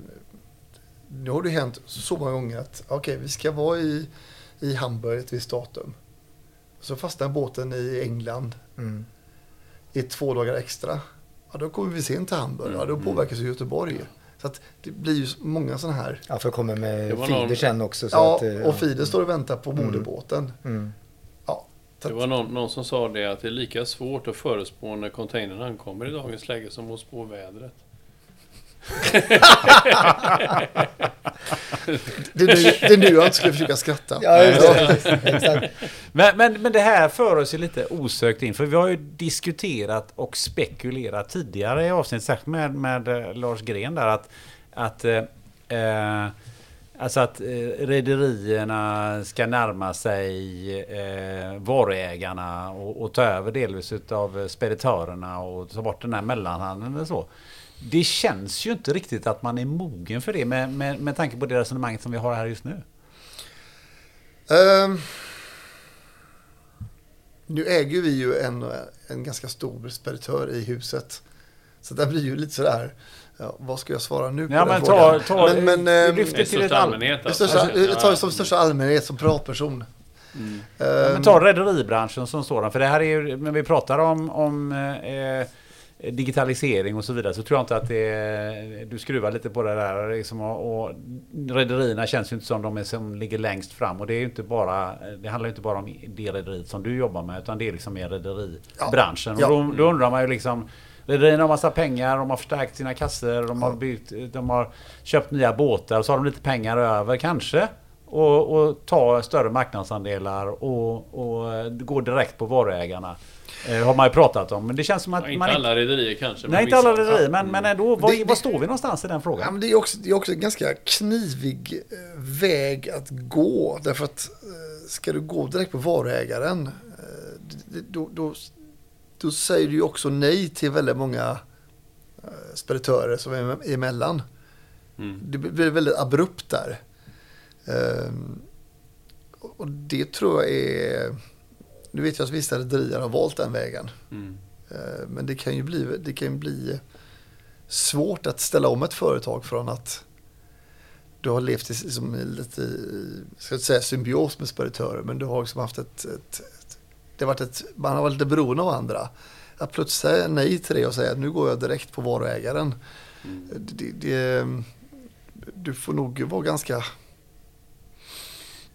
Speaker 4: nu har det hänt så många gånger att okej, okay, vi ska vara i, i Hamburg ett visst datum. Så fastnar båten i England mm. i två dagar extra. Ja, då kommer vi sen till Hamburg. Ja, då påverkas ju Göteborg. Så att det blir ju många sådana här...
Speaker 2: Ja, för att komma med feeder sen också. Så
Speaker 4: ja,
Speaker 2: att, ja,
Speaker 4: och feeder står och väntar på mm. moderbåten. Mm.
Speaker 3: Ja, det var någon, någon som sa det att det är lika svårt att förutspå när containern ankommer i dagens läge som att spå vädret.
Speaker 4: det, är nu, det är nu jag inte skulle försöka skratta.
Speaker 2: Ja, exakt.
Speaker 1: men, men, men det här för oss ju lite osökt in, för vi har ju diskuterat och spekulerat tidigare i avsnitt, särskilt med, med Lars Gren där, att, att eh, alltså att eh, rederierna ska närma sig eh, varuägarna och, och ta över delvis av speditörerna och ta bort den här mellanhandeln eller så. Det känns ju inte riktigt att man är mogen för det med, med, med tanke på det resonemanget som vi har här just nu.
Speaker 4: Um, nu äger vi ju en, en ganska stor speditör i huset. Så det blir ju lite sådär, ja, vad ska jag svara nu på
Speaker 1: ja,
Speaker 4: den
Speaker 1: men
Speaker 4: frågan?
Speaker 1: Ta, ta,
Speaker 4: men, men,
Speaker 1: um, lyfter till ett
Speaker 3: allmänhet.
Speaker 4: Alltså. Största, jag tar det som största allmänhet som privatperson.
Speaker 1: Mm. Um, ja, men ta rederibranschen som sådan, för det här är ju, när vi pratar om, om eh, digitalisering och så vidare, så tror jag inte att det är, du skruvar lite på det där liksom, och, och rederierna känns ju inte som de är som ligger längst fram, och det är ju inte bara, det handlar ju inte bara om det rederiet som du jobbar med, utan det är liksom mer rederibranschen. Ja. Och då, då undrar man ju liksom, rederierna har massa pengar, de har förstärkt sina kassor, de har, byggt, de har köpt nya båtar, och så har de lite pengar över kanske, och, och ta större marknadsandelar och, och gå direkt på varuägarna. Eh, har man ju pratat om, men det känns som att
Speaker 3: ja, inte
Speaker 1: man
Speaker 3: alla rederier kanske.
Speaker 1: Nej, inte alla rederier, men,
Speaker 3: mm.
Speaker 1: men ändå, var,
Speaker 4: det,
Speaker 1: var står vi någonstans i den frågan?
Speaker 4: Ja, men det är också, det är också en ganska knivig eh, väg att gå, därför att eh, ska du gå direkt på varuägaren eh, då, då, då säger du ju också nej till väldigt många eh, speditörer som är emellan. Mm. Det blir väldigt abrupt där. Eh, och det tror jag är... Nu vet jag att vissa rederier har valt den vägen. Mm. Men det kan ju bli, det kan ju bli svårt att ställa om ett företag från att du har levt i, liksom, lite ska jag säga, symbios med speditörer, men du har liksom haft ett, ett, ett, det har varit ett, man har varit lite beroende av andra. Att plötsligt säga nej till det och säga att nu går jag direkt på varuägaren. Mm. Det, det, du får nog vara ganska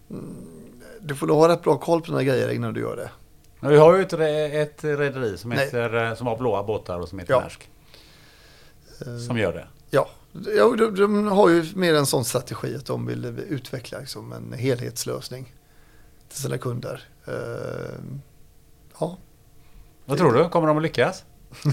Speaker 4: Du får ha rätt bra koll på dina grejer innan du gör det.
Speaker 1: Vi har ju ett, ett rederi som,
Speaker 4: Nej.
Speaker 1: heter, som har blåa båtar och som heter
Speaker 4: Ja.
Speaker 1: Maersk. Som gör det.
Speaker 4: Ja, ja de, de har ju mer en sån strategi att de vill utveckla liksom en helhetslösning till sina kunder. Uh, ja.
Speaker 1: Vad tror du? Kommer de att lyckas?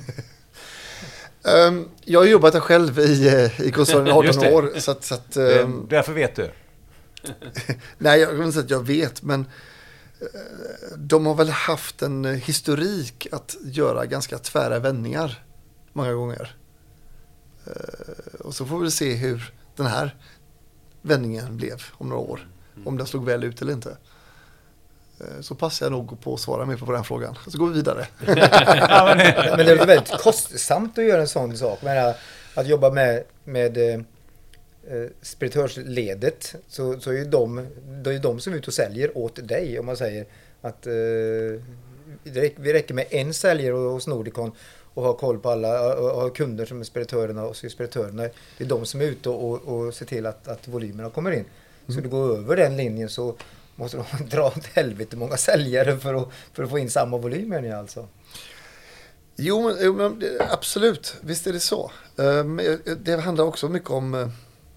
Speaker 4: um, jag har jobbat där själv i, i koncernen i arton år. Så att, så att, um,
Speaker 1: därför vet du.
Speaker 4: Nej, jag vill inte säga att jag vet, men uh, de har väl haft en historik att göra ganska tvära vändningar många gånger. Uh, och så får vi se hur den här vändningen blev om några år. Mm. Om den slog väl ut eller inte. Uh, så passar jag nog på att svara mer på den frågan. Så går vi vidare.
Speaker 2: Ja, men, men det är väldigt kostsamt att göra en sån sak. Men att jobba med, med eh, speditörsledet, så, så är ju de, det är ju de som är ute och säljer åt dig. Om man säger att eh, vi räcker med en säljare hos Nordicon och ha koll på alla och ha kunder som är speditörerna och så är speditörerna. Det är de som är ute och, och ser till att, att volymerna kommer in. Så mm. du går över den linjen så måste de dra åt helvete många säljare för att, för att få in samma volymer ni alltså.
Speaker 4: Jo, men absolut. Visst är det så. Det handlar också mycket om,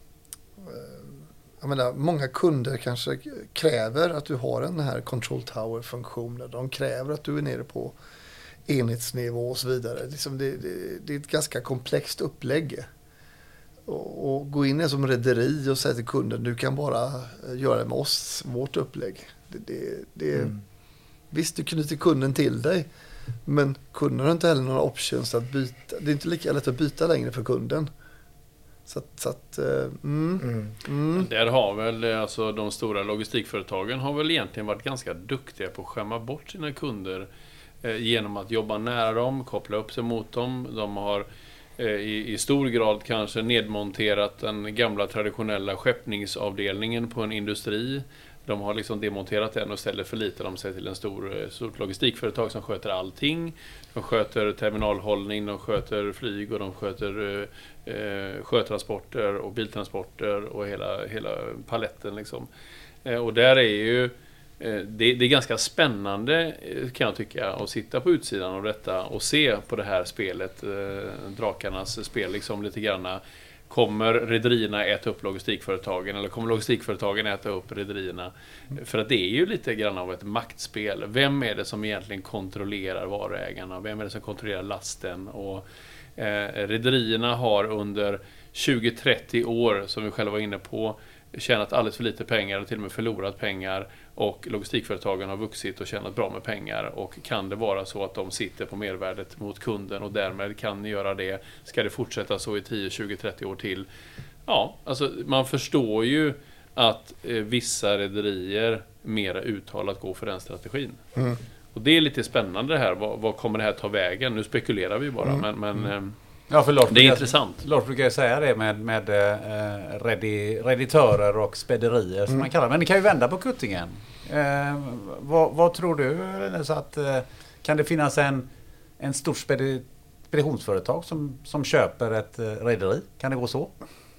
Speaker 4: jag menar, många kunder kanske kräver att du har den här control tower-funktionen. De kräver att du är nere på enhetsnivå och så vidare. Liksom det, det, det är ett ganska komplext upplägg. Och, och gå in som rederi och säga till kunden, du kan bara göra det med oss, vårt upplägg. Det, det, det, mm. Visst, du knyter kunden till dig, men kunden har inte heller några options att byta. Det är inte lika lätt att byta längre för kunden. Så att, så att mm, mm. Mm.
Speaker 3: Där har väl alltså de stora logistikföretagen har väl egentligen varit ganska duktiga på att skämma bort sina kunder eh, genom att jobba nära dem, koppla upp sig mot dem. De har eh, i, i stor grad kanske nedmonterat den gamla traditionella skeppningsavdelningen på en industri. De har liksom demonterat den och istället förlitar de sig till en stor, stort logistikföretag som sköter allting. De sköter terminalhållning, de sköter flyg och de sköter eh, sjötransporter och biltransporter och hela, hela paletten liksom. Eh, och där är ju eh, det, det är ganska spännande kan jag tycka att sitta på utsidan av detta och se på det här spelet, eh, drakarnas spel liksom lite granna. Kommer rederierna äta upp logistikföretagen eller kommer logistikföretagen äta upp rederierna? För att det är ju lite grann av ett maktspel. Vem är det som egentligen kontrollerar varuägarna? Vem är det som kontrollerar lasten? Och eh, rederierna har under tjugo till trettio år, som vi själva var inne på, tjänat alldeles för lite pengar och till och med förlorat pengar, och logistikföretagen har vuxit och tjänat bra med pengar. Och kan det vara så att de sitter på mervärdet mot kunden och därmed kan göra det? Ska det fortsätta så i tio, tjugo, trettio år till? Ja, alltså man förstår ju att eh, vissa rederier mera uttalat går för den strategin. Mm. Och det är lite spännande det här. Vad, vad kommer det här ta vägen? Nu spekulerar vi bara, mm. men, men mm.
Speaker 1: Ja, för Lars,
Speaker 3: det är
Speaker 1: jag,
Speaker 3: intressant.
Speaker 1: Lars brukar ju säga det med, med eh, redi, reditörer och spederier som mm. man kallar det. Men det kan ju vända på kuttingen. Eh, vad, vad tror du? Så att, eh, kan det finnas en, en stor spedi, speditionsföretag som, som köper ett eh, rederi? Kan det gå så?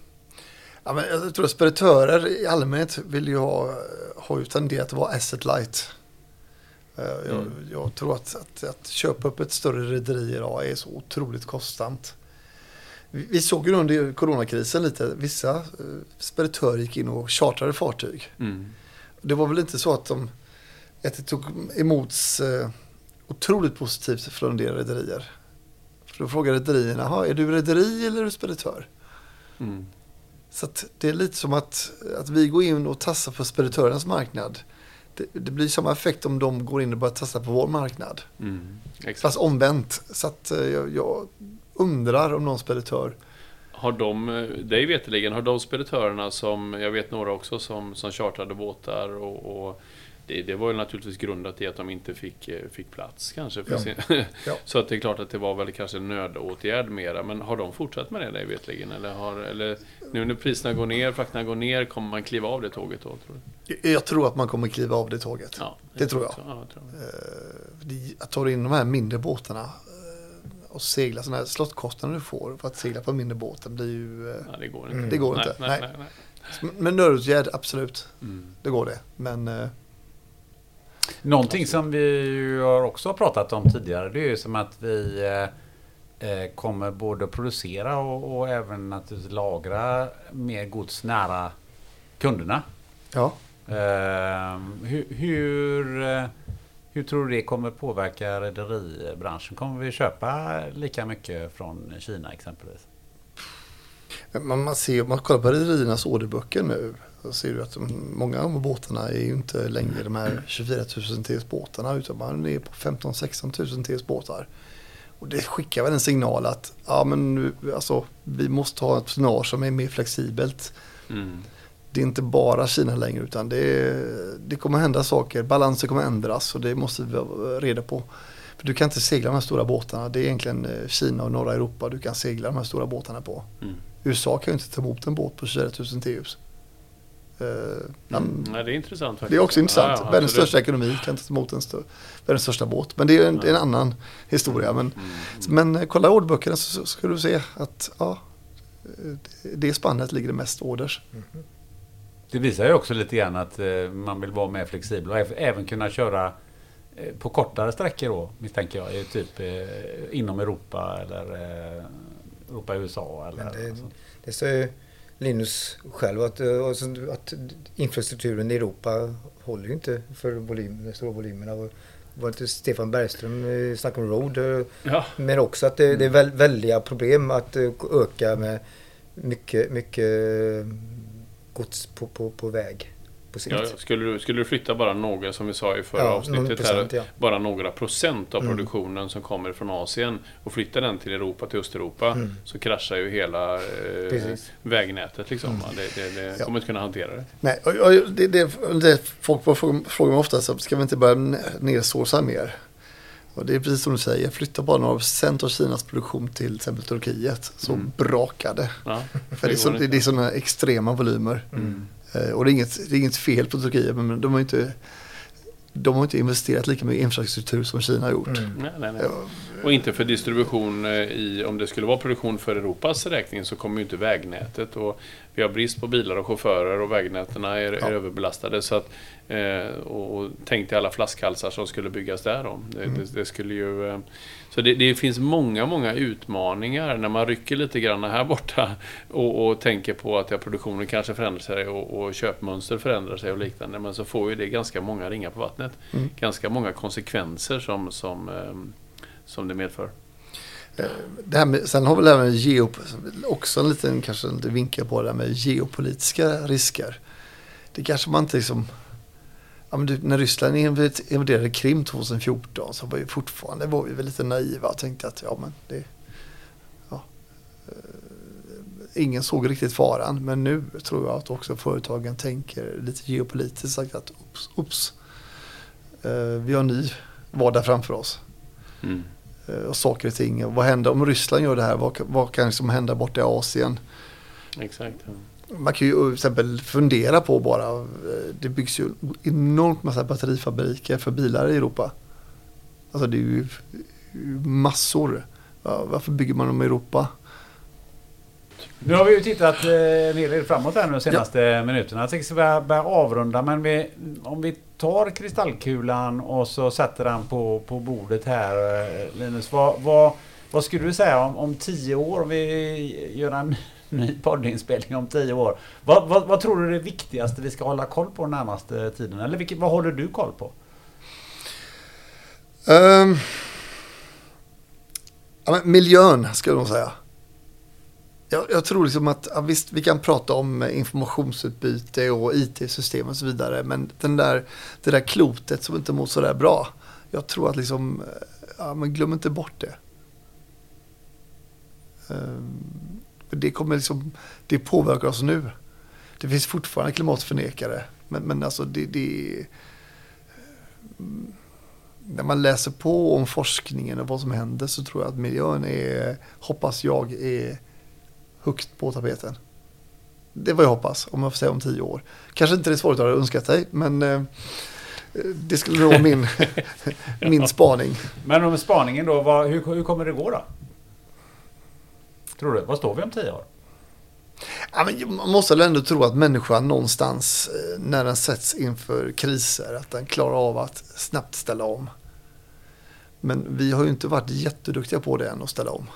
Speaker 4: Ja, men jag tror att speditörer i allmänhet vill ju ha, ha ju tenderat att vara asset light. Jag, mm. jag tror att, att, att köpa upp ett större rederi idag är så otroligt kostsamt. Vi, vi såg ju under coronakrisen lite, vissa speditörer gick in och chartrade fartyg. Mm. Det var väl inte så att de att det tog emot eh, otroligt positivt från en del rederier. För då frågade rederierna, är du rederi eller är du speditör? Mm. Så att det är lite som att, att vi går in och tassar på speditörens marknad. Det, det blir samma effekt om de går in och börjar testa på vår marknad. Mm, fast omvänt. Så att jag, jag undrar om någon speditör.
Speaker 3: Har de, det veterligen, har de speditörerna som, jag vet några också som, som chartrade båtar och, och det, det var ju naturligtvis grundat i att de inte fick, fick plats kanske. För ja. sin, ja. Så att det är klart att det var väl kanske en nödåtgärd mera. Men har de fortsatt med det där veterligen? Eller, har, eller nu när priserna går ner, frakterna går ner, kommer man kliva av det tåget då, tror
Speaker 4: du? Jag tror att man kommer kliva av det tåget. Ja, det, det tror jag. Ja, jag tror jag. Att ta in de här mindre båtarna och segla, sådana här slottkostnader du får för att segla på en mindre båt, det blir ju...
Speaker 3: Ja, det går inte.
Speaker 4: Det går
Speaker 3: nej,
Speaker 4: inte.
Speaker 3: Nej, nej, nej.
Speaker 4: Men nödåtgärd, absolut.
Speaker 3: Mm.
Speaker 4: Det går det. Men... Eh,
Speaker 1: Någonting som vi ju har också pratat om tidigare, det är ju som att vi eh, kommer både producera och, och även naturligtvis lagra mer gods nära kunderna.
Speaker 4: ja.
Speaker 1: Eh, hur, hur, eh, hur tror du det kommer påverka rederibranschen? Kommer vi köpa lika mycket från Kina exempelvis?
Speaker 4: Man, man ser, om man kollar på rederiernas orderböcker nu, så ser du att de, många av de båtarna är ju inte längre de här tjugofyra tusen T S-båtarna, utan man är på femton sexton tusen T S-båtar. Och det skickar väl en signal att ja, men nu, alltså, vi måste ha ett tonnage som är mer flexibelt.
Speaker 3: Mm.
Speaker 4: Det är inte bara Kina längre, utan det, det kommer hända saker. Balansen kommer ändras och det måste vi vara reda på. För du kan inte segla de här stora båtarna. Det är egentligen Kina och norra Europa du kan segla de här stora båtarna på.
Speaker 3: Mm.
Speaker 4: U S A kan ju inte ta emot en båt på tjugofyra tusen T U S. Uh,
Speaker 3: Mm. Nej, det är intressant faktiskt.
Speaker 4: Det är också intressant.
Speaker 3: Ja, ja,
Speaker 4: världens
Speaker 3: absolut.
Speaker 4: största ekonomi kan inte ta emot en stö- världens största båt. Men det är en, det är en annan historia. Men,
Speaker 3: Mm.
Speaker 4: men kolla ordböckerna så, så ska du se att ja, det spannet ligger det mest orders.
Speaker 1: Det visar ju också lite grann att eh, man vill vara mer flexibel och äv- även kunna köra eh, på kortare sträckor då, misstänker jag, i typ eh, inom Europa eller eh, Europa, U S A eller
Speaker 2: Men det,
Speaker 1: något sånt.
Speaker 2: det säger Linus själv att, eh, alltså, att infrastrukturen i Europa håller ju inte för volym, de stora volymerna. Och var inte Stefan Bergström eh, snackade om road, eh,
Speaker 3: Ja.
Speaker 2: men också att det, det är väl, väldiga problem att eh, öka med mycket, mycket eh, gods på, på, på väg på sikt.
Speaker 3: Ja, skulle, du, skulle du flytta bara några, som vi sa i förra
Speaker 2: Ja,
Speaker 3: avsnittet,
Speaker 2: någon procent,
Speaker 3: här,
Speaker 2: ja.
Speaker 3: bara några procent av
Speaker 2: Mm.
Speaker 3: produktionen som kommer från Asien och flytta den till Europa, till Östeuropa,
Speaker 2: Mm.
Speaker 3: så kraschar ju hela eh,
Speaker 2: Precis.
Speaker 3: vägnätet. Liksom.
Speaker 2: Mm.
Speaker 3: va? Det, det, det
Speaker 4: Ja.
Speaker 3: kommer inte kunna hantera det.
Speaker 4: Nej, och, och det, det, det folk frågar, frågar mig ofta, så ska vi inte börja nedsåsa mer? Och det är precis som du säger, flytta bara några procent av Kinas produktion till exempel Turkiet, så
Speaker 3: Mm.
Speaker 4: brakar det.
Speaker 3: Ja,
Speaker 4: För det är, så,
Speaker 3: går
Speaker 4: det,
Speaker 3: inte.
Speaker 4: det är sådana extrema volymer.
Speaker 3: Mm.
Speaker 4: Eh, och det är, inget, det är inget fel på Turkiet, men de har inte, de har inte investerat lika mycket i infrastruktur som Kina har gjort.
Speaker 2: Mm.
Speaker 3: Nej, nej, nej.
Speaker 4: Ja,
Speaker 3: Och inte för distribution eh, i, om det skulle vara produktion för Europas räkning, så kommer ju inte vägnätet, och vi har brist på bilar och chaufförer och vägnäten är,
Speaker 4: Ja.
Speaker 3: är överbelastade, så att, eh, och, och tänk dig alla flaskhalsar som skulle byggas där om. Det,
Speaker 4: Mm.
Speaker 3: det, det skulle ju, eh, så det, det finns många, många utmaningar när man rycker lite grann här borta och, och tänker på att ja, produktionen kanske förändrar sig och, och köpmönster förändrar sig och liknande, men så får ju det ganska många ringar på vattnet.
Speaker 4: Mm.
Speaker 3: Ganska många konsekvenser som, som eh, som det medför.
Speaker 4: Det här med, sen har vi även geop, också en liten, kanske en liten vinkel på det här med geopolitiska risker. Det kanske man inte liksom, ja, men du, när Ryssland invaderade Krim tjugohundrafjorton, så var vi fortfarande var vi väl lite naiva och tänkte att ja, men det, ja, eh, ingen såg riktigt faran, men nu tror jag att också företagen tänker lite geopolitiskt, sagt att ups, ups eh, vi har en ny vardag framför oss.
Speaker 3: Mm.
Speaker 4: Och saker och ting. Och vad händer om Ryssland gör det här? Vad, vad kan liksom hända borta i Asien?
Speaker 3: Exakt. Ja.
Speaker 4: Man kan ju till exempel fundera på bara, det byggs ju enormt massa batterifabriker för bilar i Europa. Alltså det är ju massor. Varför bygger man dem i Europa?
Speaker 1: Nu har vi ju tittat eh, en hel del framåt här nu de senaste ja. minuterna. Jag tänkte att vi börja, börja avrunda, men vi, om vi tar kristallkulan och så sätter den på, på bordet här, Linus. Vad, vad, vad skulle du säga om, om tio år, om vi gör en ny poddinspelning om tio år? Vad, vad, vad tror du är det viktigaste vi ska hålla koll på den närmaste tiden? Eller vilket, vad håller du koll på?
Speaker 4: Um, ja, men miljön skulle jag nog säga. Jag, jag tror liksom att ja, visst, vi kan prata om informationsutbyte och I T-system och så vidare, men den där, det där klotet som inte mår så där bra, jag tror att liksom, ja, men glöm inte bort det. Um, det kommer liksom, det påverkar oss nu. Det finns fortfarande klimatförnekare, men, men alltså det, det när man läser på om forskningen och vad som händer, så tror jag att miljön är, hoppas jag, är högt på tapeten. Det är vad jag hoppas, om jag får säga om tio år. Kanske inte det svaret jag hade önskat dig, men eh, det skulle vara min, min spaning.
Speaker 1: Men om spaningen då, vad, hur, hur kommer det gå då? Tror du? Vad står vi om tio år?
Speaker 4: Ja, men man måste väl ändå tro att människan någonstans när den sätts inför kriser att den klarar av att snabbt ställa om. Men vi har ju inte varit jätteduktiga på det än att ställa om.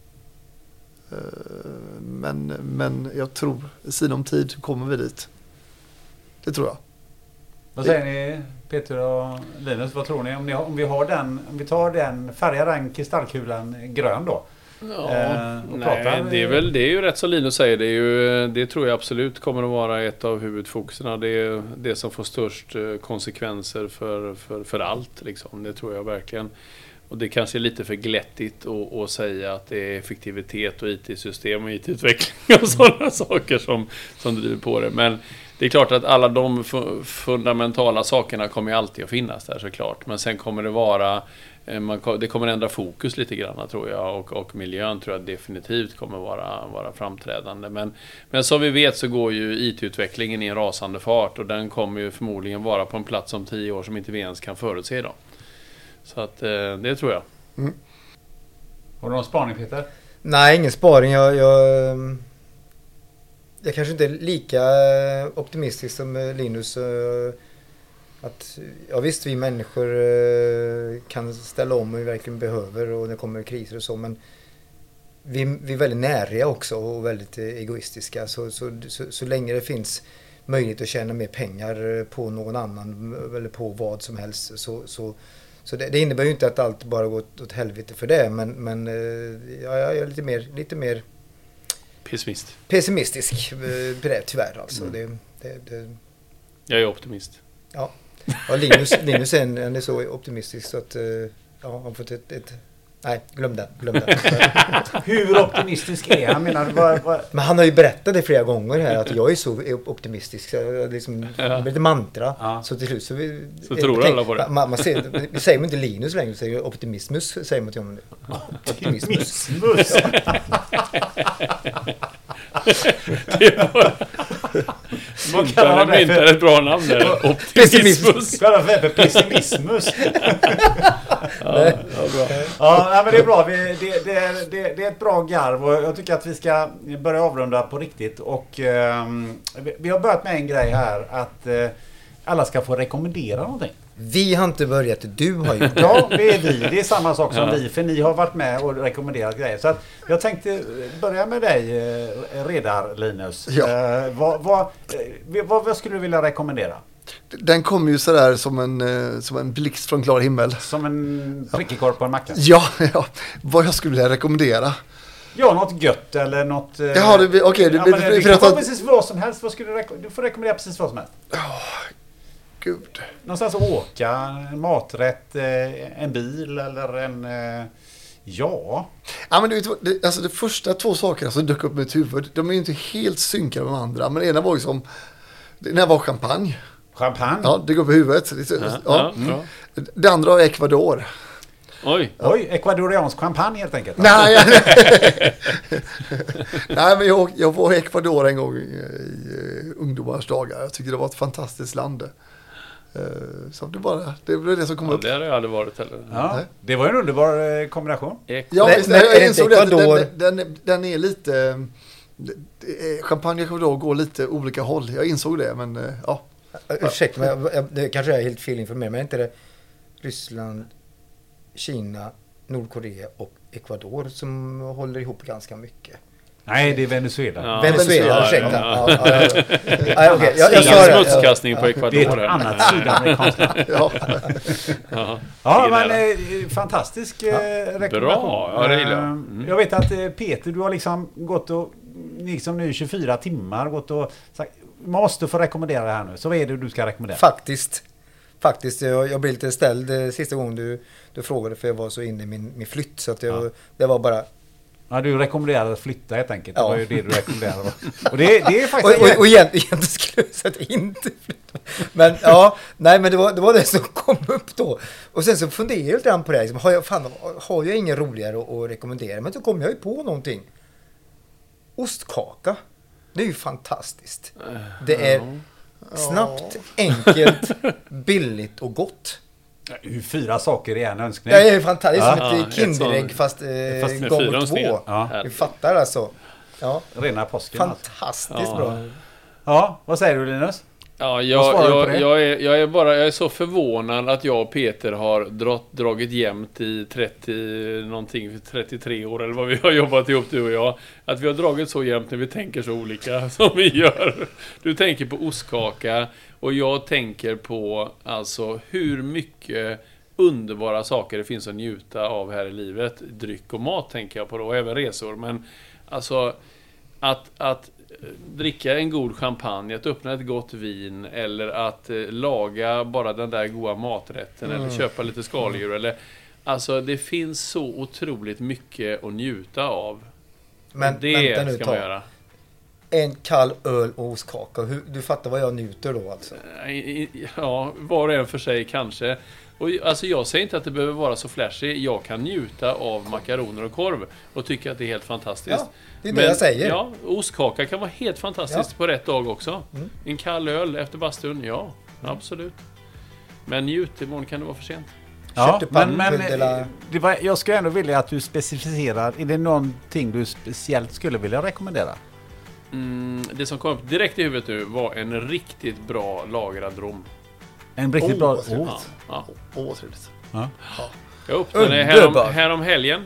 Speaker 4: Men, men jag tror i sinom tid kommer vi dit. Det tror jag.
Speaker 1: Vad säger ni, Peter och Linus? Vad tror ni? Om, ni har, om vi har den, om vi tar den, färgar den kristallkulan grön då?
Speaker 3: Ja,
Speaker 1: eh, och
Speaker 3: nej,
Speaker 1: pratar,
Speaker 3: det är väl det är ju rätt som Linus säger. Det, är ju, det tror jag absolut kommer att vara ett av huvudfokuserna. Det är det som får störst konsekvenser för, för, för allt. Liksom. Det tror jag verkligen. Och det kanske är lite för glättigt att, att säga att det är effektivitet och I T-system och I T-utveckling och sådana saker som, som driver på det. Men det är klart att alla de fundamentala sakerna kommer alltid att finnas där såklart. Men sen kommer det vara, man, det kommer ändra fokus lite grann tror jag. Och, och miljön tror jag definitivt kommer vara, vara framträdande. Men, men som vi vet så går ju I T-utvecklingen i en rasande fart. Och den kommer ju förmodligen vara på en plats om tio år som inte vi ens kan förutse då. Så att det tror jag.
Speaker 4: Mm.
Speaker 1: Har du någon spaning, Peter?
Speaker 2: Nej, ingen spaning. Jag, jag, jag kanske inte är lika optimistisk som Linus. Att, ja visst, vi människor kan ställa om och vi verkligen behöver och det kommer kriser och så, men vi, vi är väldigt näriga också och väldigt egoistiska. Så, så, så, så länge det finns möjlighet att tjäna mer pengar på någon annan eller på vad som helst så, så Så det, det innebär ju inte att allt bara går åt, åt helvete för det, men, men ja, jag är lite mer, lite mer
Speaker 3: pessimist.
Speaker 2: pessimistisk på det, tyvärr. Alltså. Mm. Det, det, det...
Speaker 3: Jag är optimist.
Speaker 2: Ja, ja Linus, Linus är, en, är så optimistisk så att ja, han fått ett... ett... Nej, glöm det. Glöm det.
Speaker 1: Hur optimistisk är han? Menar, var, var...
Speaker 2: Men han har ju berättat det flera gånger här att jag är så optimistisk. Så det liksom, ja. blir ett mantra. Ja. Så till slut så... Vi,
Speaker 3: så tror tänk, alla på det.
Speaker 2: Man, man säger, vi säger inte Linus längre, vi säger optimismus. Säger man till honom.
Speaker 1: Optimismus.
Speaker 3: Det var... Man kan inte för... ett bra namn där. Optimismus.
Speaker 1: Vad är det för pessimismus? Ja, ja, men det är bra. Vi, det, det, det, det är ett bra garv och jag tycker att vi ska börja avrunda på riktigt. Och eh, vi har börjat med en grej här att eh, alla ska få rekommendera någonting.
Speaker 2: Vi har inte börjat, du har gjort det.
Speaker 1: Ja, det är vi. Det är samma sak som
Speaker 3: ja.
Speaker 1: vi, för ni har varit med och rekommenderat grejer. Så att jag tänkte börja med dig, Redar Linus.
Speaker 4: Ja.
Speaker 1: Eh, vad, vad, vad, vad skulle du vilja rekommendera?
Speaker 4: Den kommer ju sådär som en, som en blixt från klar himmel.
Speaker 1: Som en prickig korv på en macka.
Speaker 4: Ja, ja, vad jag skulle vilja rekommendera.
Speaker 1: Ja, något gött eller något...
Speaker 4: Jaha, okej. Okay,
Speaker 1: ja, det, det kan vara precis vad som helst. Vad skulle du, reko- du får rekommendera precis vad som helst.
Speaker 4: Oh, gud.
Speaker 1: Någonstans att åka, en maträtt, en bil eller en... Ja.
Speaker 4: Ja, men du vet, det, alltså de första två sakerna som dök upp med mitt huvud, de är ju inte helt synkade med de andra. Men ena var ju som... Den här var champagne.
Speaker 1: Champagne?
Speaker 4: Ja, det går på huvudet. Ja,
Speaker 3: ja,
Speaker 4: ja.
Speaker 3: Mm.
Speaker 4: Det andra var Ecuador.
Speaker 3: Oj.
Speaker 1: Ja. Oj, ecuadoriansk champagne helt enkelt.
Speaker 4: Nej, Nej men jag, jag var i Ecuador en gång i, i ungdomars dagar. Jag tycker det var ett fantastiskt land. Så det bara det var det som kom
Speaker 3: ja,
Speaker 4: upp.
Speaker 3: Det har jag aldrig varit heller.
Speaker 1: Ja, det var en underbar kombination.
Speaker 4: Ja,
Speaker 2: Nej,
Speaker 4: visst,
Speaker 2: nej,
Speaker 4: jag insåg det.
Speaker 2: Ecuador?
Speaker 4: Den, den, den är lite... Champagne och Ecuador går lite olika håll. Jag insåg det, men ja.
Speaker 2: Ursäkta, men jag, jag, det kanske är helt fel informerad, men är inte det Ryssland, Kina, Nordkorea och Ecuador som håller ihop ganska mycket?
Speaker 1: Nej, det är Venezuela.
Speaker 2: Ja. Venezuela, ursäkta.
Speaker 3: Ja,
Speaker 2: ja, ja, ja, ja. ja, okay. jag, jag
Speaker 3: Ingen smutskastning på Ecuador.
Speaker 1: Det är ett annat sydamerikanskt land.
Speaker 4: Ja,
Speaker 1: ja. ja men eh, fantastisk eh, rekommendation.
Speaker 3: Bra, ja, det gillar jag.
Speaker 1: Mm. Jag vet att eh, Peter, du har liksom gått och liksom nu tjugofyra timmar gått och sagt, måste få rekommendera det här nu. Så vad är det du ska rekommendera?
Speaker 2: Faktiskt. Faktiskt, jag, jag blev lite ställd eh, sista gången du, du frågade, för jag var så inne i min, min flytt. Så att jag, ja. det var bara...
Speaker 1: Ja, du rekommenderade att flytta helt enkelt.
Speaker 2: Ja.
Speaker 1: Det var ju det du rekommenderade. Och det, det är faktiskt...
Speaker 2: Och, och, och egentligen, egentligen skulle jag säga att jag inte flytta. Men ja, nej men det var, det var det som kom upp då. Och sen så funderade jag lite grann på det. Liksom, har, jag, fan, har jag ingen roligare att, att rekommendera? Men så kom jag ju på någonting. Ostkaka. Det är ju fantastiskt. Det är snabbt, enkelt, billigt och gott.
Speaker 1: Hur fyra saker i en önskning.
Speaker 2: Det är fantastiskt.
Speaker 1: Ja.
Speaker 2: Som ett
Speaker 3: Ja,
Speaker 2: Kinderägg
Speaker 3: ett
Speaker 2: fast, eh,
Speaker 3: fast med
Speaker 2: gånger
Speaker 3: fyra
Speaker 2: två.
Speaker 3: önskningar.
Speaker 1: Ja.
Speaker 2: Vi fattar alltså. Ja.
Speaker 1: Rena påsken. Alltså.
Speaker 2: Fantastiskt
Speaker 3: Ja.
Speaker 2: bra.
Speaker 1: Ja, vad säger du Linus?
Speaker 3: Ja,
Speaker 1: Vad
Speaker 3: jag,
Speaker 1: svarar du på
Speaker 3: jag,
Speaker 1: det?
Speaker 3: jag, är, jag är bara jag är så förvånad att jag och Peter har drott, dragit jämnt i trettio någonting, trettiotre år eller vad vi har jobbat ihop du och jag. Att vi har dragit så jämnt när vi tänker så olika som vi gör. Du tänker på ostkaka och jag tänker på alltså hur mycket underbara saker det finns att njuta av här i livet. Dryck och mat tänker jag på då, och även resor. Men alltså att, att dricka en god champagne, att öppna ett gott vin eller att eh, laga bara den där goda maträtten
Speaker 2: Mm.
Speaker 3: eller köpa lite skaldjur eller alltså det finns så otroligt mycket att njuta av.
Speaker 2: Men
Speaker 3: det
Speaker 2: vänta nu,
Speaker 3: ska
Speaker 2: ta.
Speaker 3: man göra.
Speaker 2: En kall öl och ostkaka. Hur, du fattar vad jag njuter då alltså.
Speaker 3: I- i- Ja, var och en för sig kanske. Och alltså jag säger inte att det behöver vara så flashig. Jag kan njuta av makaroner och korv och tycka att det är helt fantastiskt.
Speaker 2: Ja, det är det jag säger.
Speaker 3: Ja, ostkaka kan vara helt fantastiskt
Speaker 2: Ja.
Speaker 3: på rätt dag också.
Speaker 2: Mm.
Speaker 3: En kall öl efter bastun, ja, absolut. Men njut, imorgon kan det vara för sent.
Speaker 1: Ja,
Speaker 2: Köpte
Speaker 1: men, men
Speaker 2: pannbulle-
Speaker 1: eh, det var, jag skulle ändå vilja att du specificerar. Är det någonting du speciellt skulle vilja rekommendera?
Speaker 3: Mm, det som kom upp direkt i huvudet nu var en riktigt bra lagrad rom.
Speaker 1: En riktigt
Speaker 4: Oh,
Speaker 1: bra...
Speaker 4: vad trevligt.
Speaker 1: Oh.
Speaker 3: Ja.
Speaker 4: Åh, vad trevligt.
Speaker 1: Ja.
Speaker 3: Jag öppnade härom,
Speaker 2: Underbart.
Speaker 3: härom helgen.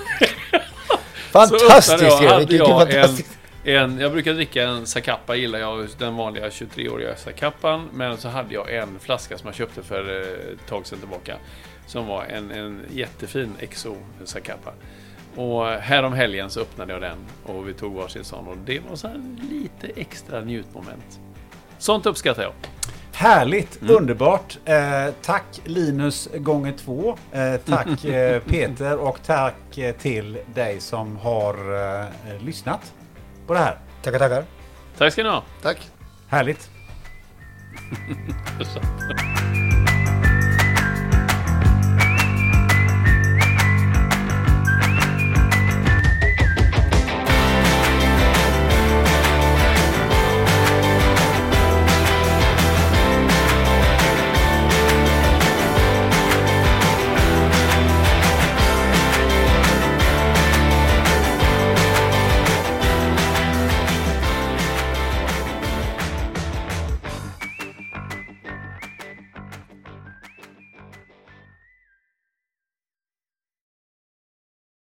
Speaker 2: Fantastiskt
Speaker 3: Så öppnade jag,
Speaker 2: Erik,
Speaker 3: hade
Speaker 2: vilken
Speaker 3: jag
Speaker 2: fantastisk.
Speaker 3: en, en, jag brukar dricka en Zacapa, gillar jag, den vanliga tjugotre-åriga Zacapan. Men så hade jag en flaska som jag köpte för ett tag sedan tillbaka. Som var en, en jättefin Exo Zacapa. Och härom helgen så öppnade jag den och vi tog varsin sån. Och det var så här lite extra njutmoment. Sånt uppskattar jag.
Speaker 1: Härligt, underbart. Eh, tack Linus gånger två. Eh, tack eh, Peter och tack eh, till dig som har eh, lyssnat på det här.
Speaker 2: Tackar, tackar.
Speaker 3: Tack ska ni ha.
Speaker 4: Tack.
Speaker 1: Härligt.
Speaker 3: Så.